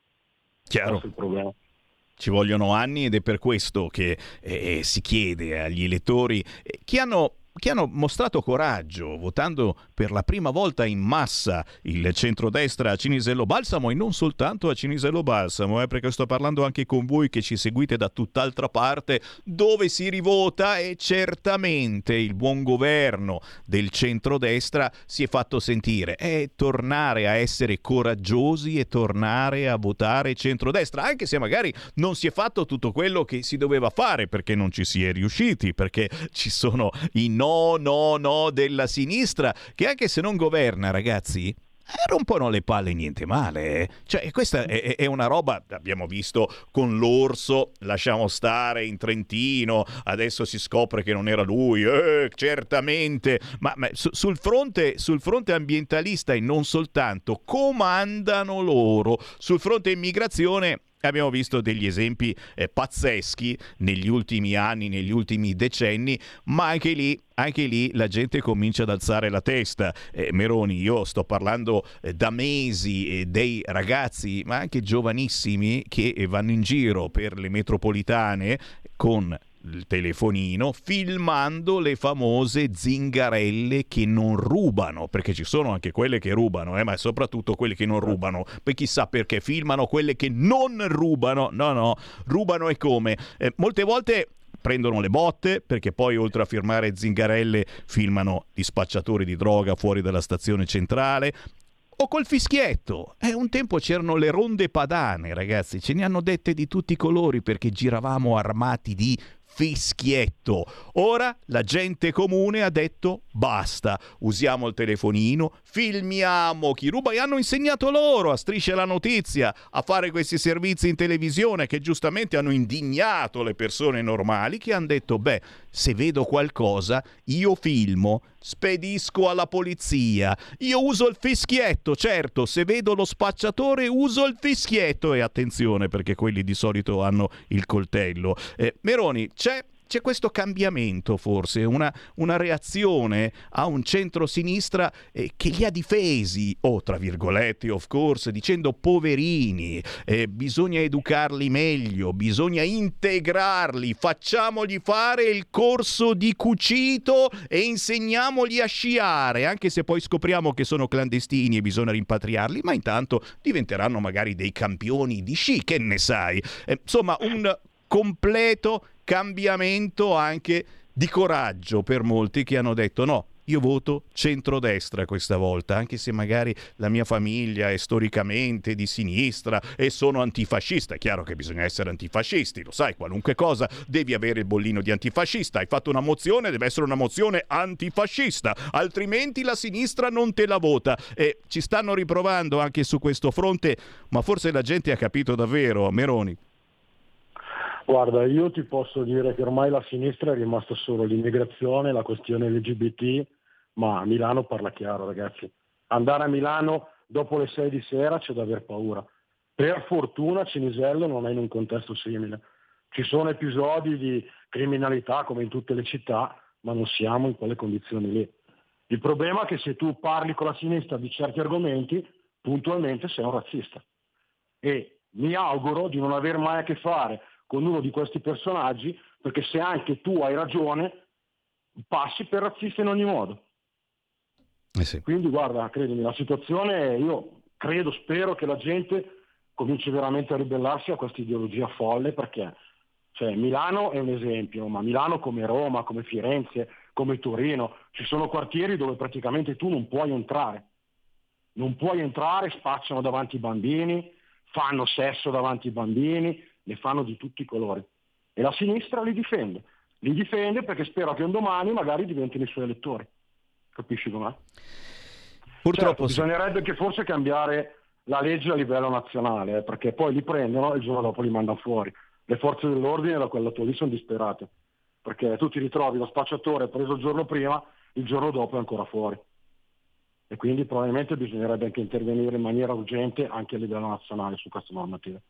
Chiaro. Questo è il problema. Ci vogliono anni ed è per questo che eh, si chiede agli elettori eh, che hanno che hanno mostrato coraggio votando per la prima volta in massa il centrodestra a Cinisello Balsamo, e non soltanto a Cinisello Balsamo, eh, perché sto parlando anche con voi che ci seguite da tutt'altra parte dove si rivota, e certamente il buon governo del centrodestra si è fatto sentire. È tornare a essere coraggiosi e tornare a votare centrodestra, anche se magari non si è fatto tutto quello che si doveva fare, perché non ci si è riusciti, perché ci sono i no, no, no della sinistra, che anche se non governa, ragazzi, rompono le palle niente male. Eh. Cioè, questa è, è una roba, abbiamo visto con l'orso, lasciamo stare in Trentino, adesso si scopre che non era lui, eh, certamente, ma, ma su, sul, fronte, sul fronte ambientalista e non soltanto, comandano loro. Sul fronte immigrazione abbiamo visto degli esempi eh, pazzeschi negli ultimi anni, negli ultimi decenni, ma anche lì, anche lì la gente comincia ad alzare la testa. Eh, Meroni, io sto parlando eh, da mesi eh, dei ragazzi, ma anche giovanissimi, che eh, vanno in giro per le metropolitane con il telefonino filmando le famose zingarelle che non rubano, perché ci sono anche quelle che rubano, eh, ma soprattutto quelle che non rubano. Poi chissà perché filmano quelle che non rubano. No, no, rubano e come? Eh, molte volte prendono le botte, perché poi oltre a firmare zingarelle filmano gli spacciatori di droga fuori dalla stazione centrale, o col fischietto. Eh, un tempo c'erano le ronde padane, ragazzi, ce ne hanno dette di tutti i colori, perché giravamo armati di fischietto. Ora la gente comune ha detto basta, usiamo il telefonino, filmiamo chi ruba, e hanno insegnato loro a Striscia la Notizia a fare questi servizi in televisione che giustamente hanno indignato le persone normali, che hanno detto beh, se vedo qualcosa io filmo, spedisco alla polizia, io uso il fischietto, certo, se vedo lo spacciatore uso il fischietto, e attenzione perché quelli di solito hanno il coltello. eh, Meroni, c'è C'è questo cambiamento, forse, una, una reazione a un centro-sinistra eh, che li ha difesi, o oh, tra virgolette, of course, dicendo poverini, eh, bisogna educarli meglio, bisogna integrarli, facciamogli fare il corso di cucito e insegniamogli a sciare, anche se poi scopriamo che sono clandestini e bisogna rimpatriarli, ma intanto diventeranno magari dei campioni di sci, che ne sai? Eh, insomma, un completo cambiamento anche di coraggio per molti che hanno detto no, io voto centrodestra questa volta, anche se magari la mia famiglia è storicamente di sinistra e sono antifascista. È chiaro che bisogna essere antifascisti, lo sai, qualunque cosa devi avere il bollino di antifascista. Hai fatto una mozione, deve essere una mozione antifascista, altrimenti la sinistra non te la vota. E ci stanno riprovando anche su questo fronte, ma forse la gente ha capito davvero, Meroni. Guarda, io ti posso dire che ormai la sinistra è rimasta solo l'immigrazione, la questione L G B T, ma a Milano parla chiaro, ragazzi. Andare a Milano dopo le sei di sera c'è da aver paura. Per fortuna Cinisello non è in un contesto simile. Ci sono episodi di criminalità come in tutte le città, ma non siamo in quelle condizioni lì. Il problema è che se tu parli con la sinistra di certi argomenti, puntualmente sei un razzista. E mi auguro di non aver mai a che fare con uno di questi personaggi, perché se anche tu hai ragione, passi per razzista in ogni modo. Eh sì. Quindi guarda, credimi, la situazione, io credo, spero che la gente cominci veramente a ribellarsi a questa ideologia folle, perché cioè, Milano è un esempio, ma Milano come Roma, come Firenze, come Torino, ci sono quartieri dove praticamente tu non puoi entrare. Non puoi entrare, spacciano davanti ai bambini, fanno sesso davanti ai bambini, ne fanno di tutti i colori, e la sinistra li difende li difende perché spera che un domani magari diventino i suoi elettori, capisci com'è? Purtroppo certo, bisognerebbe che forse cambiare la legge a livello nazionale, eh, perché poi li prendono e il giorno dopo li mandano fuori. Le forze dell'ordine da quel lato lì sono disperate, perché tu ti ritrovi lo spacciatore preso il giorno prima, il giorno dopo è ancora fuori. E quindi probabilmente bisognerebbe anche intervenire in maniera urgente anche a livello nazionale su queste normative.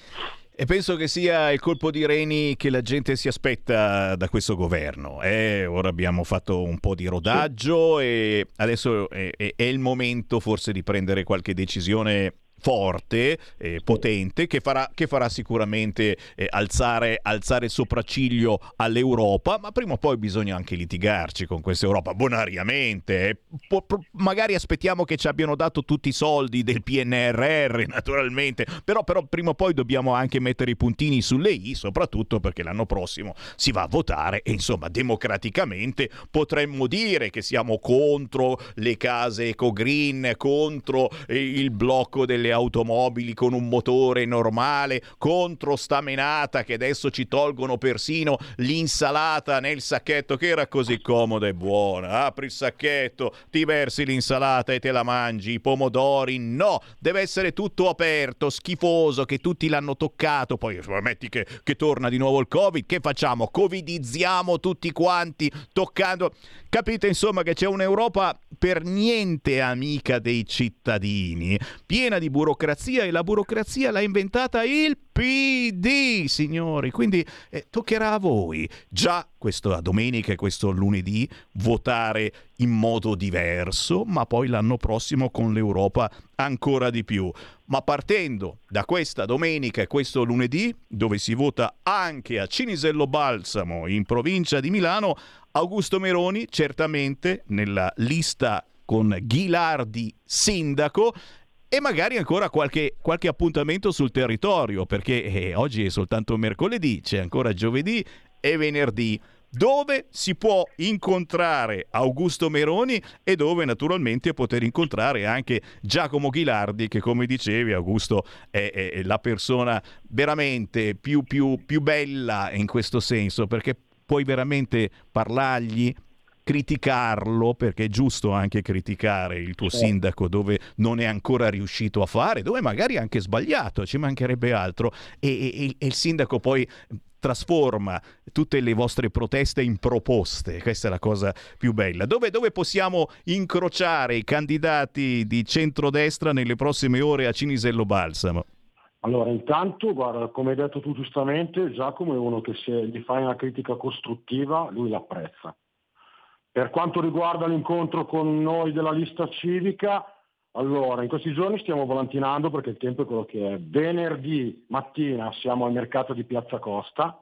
E penso che sia il colpo di reni che la gente si aspetta da questo governo. Eh, ora abbiamo fatto un po' di rodaggio sì. E adesso è, è, è il momento forse di prendere qualche decisione forte, eh, potente, che farà, che farà sicuramente eh, alzare, alzare il sopracciglio all'Europa, ma prima o poi bisogna anche litigarci con questa Europa, bonariamente. Eh. Po- po- magari aspettiamo che ci abbiano dato tutti i soldi del P N R R, naturalmente, però, però prima o poi dobbiamo anche mettere i puntini sulle i, soprattutto perché l'anno prossimo si va a votare e insomma democraticamente potremmo dire che siamo contro le case eco-green, contro eh, il blocco delle automobili con un motore normale, contro sta menata che adesso ci tolgono persino l'insalata nel sacchetto che era così comoda e buona. Apri il sacchetto, ti versi l'insalata e te la mangi. I pomodori no, deve essere tutto aperto, schifoso, che tutti l'hanno toccato. Poi metti che, che torna di nuovo il Covid, che facciamo? Covidizziamo tutti quanti toccando. Capite insomma che c'è un'Europa per niente amica dei cittadini, piena di burocrazia, e la burocrazia l'ha inventata il P D, signori. Quindi eh, toccherà a voi già questa domenica e questo lunedì votare in modo diverso, ma poi l'anno prossimo con l'Europa ancora di più. Ma partendo da questa domenica e questo lunedì, dove si vota anche a Cinisello Balsamo in provincia di Milano, Augusto Meroni certamente nella lista con Ghilardi sindaco, e magari ancora qualche, qualche appuntamento sul territorio, perché eh, oggi è soltanto mercoledì, c'è ancora giovedì e venerdì, dove si può incontrare Augusto Meroni e dove naturalmente poter incontrare anche Giacomo Ghilardi, che come dicevi Augusto è, è la persona veramente più, più, più bella in questo senso, perché puoi veramente parlargli, criticarlo, perché è giusto anche criticare il tuo sindaco dove non è ancora riuscito a fare, dove magari ha anche sbagliato, ci mancherebbe altro, e, e, e il sindaco poi trasforma tutte le vostre proteste in proposte. Questa è la cosa più bella. Dove, dove possiamo incrociare i candidati di centrodestra nelle prossime ore a Cinisello Balsamo? Allora, intanto, guarda, come hai detto tu giustamente, Giacomo è uno che se gli fai una critica costruttiva, lui l'apprezza. Per quanto riguarda l'incontro con noi della lista civica, allora, in questi giorni stiamo volantinando perché il tempo è quello che è. Venerdì mattina siamo al mercato di Piazza Costa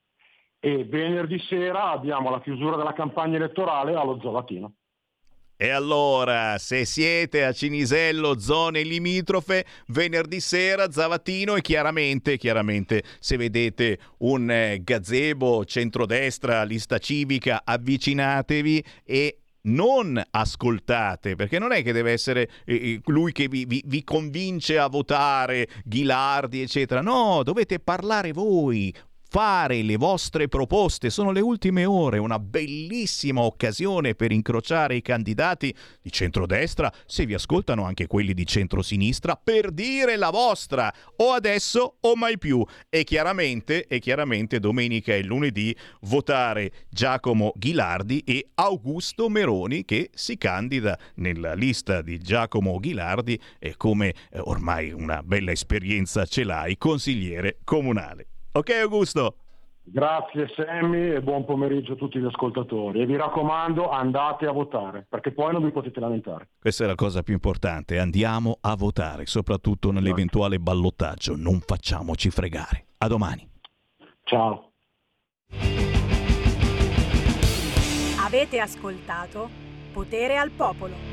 e venerdì sera abbiamo la chiusura della campagna elettorale allo Zavatino. E allora, se siete a Cinisello, zone limitrofe, venerdì sera Zavatino, e chiaramente, chiaramente se vedete un eh, gazebo centrodestra, lista civica, avvicinatevi e non ascoltate, perché non è che deve essere eh, lui che vi, vi, vi convince a votare, Ghilardi, eccetera. No, dovete parlare voi, fare le vostre proposte. Sono le ultime ore, una bellissima occasione per incrociare i candidati di centrodestra, se vi ascoltano anche quelli di centrosinistra, per dire la vostra, o adesso o mai più. E chiaramente, e chiaramente domenica e lunedì votare Giacomo Ghilardi e Augusto Meroni, che si candida nella lista di Giacomo Ghilardi e come eh, ormai una bella esperienza ce l'hai, consigliere comunale. Ok Augusto? Grazie Sammy e buon pomeriggio a tutti gli ascoltatori. E vi raccomando, andate a votare, perché poi non vi potete lamentare. Questa è la cosa più importante, andiamo a votare, soprattutto nell'eventuale ballottaggio. Non facciamoci fregare. A domani. Ciao. Avete ascoltato Potere al Popolo.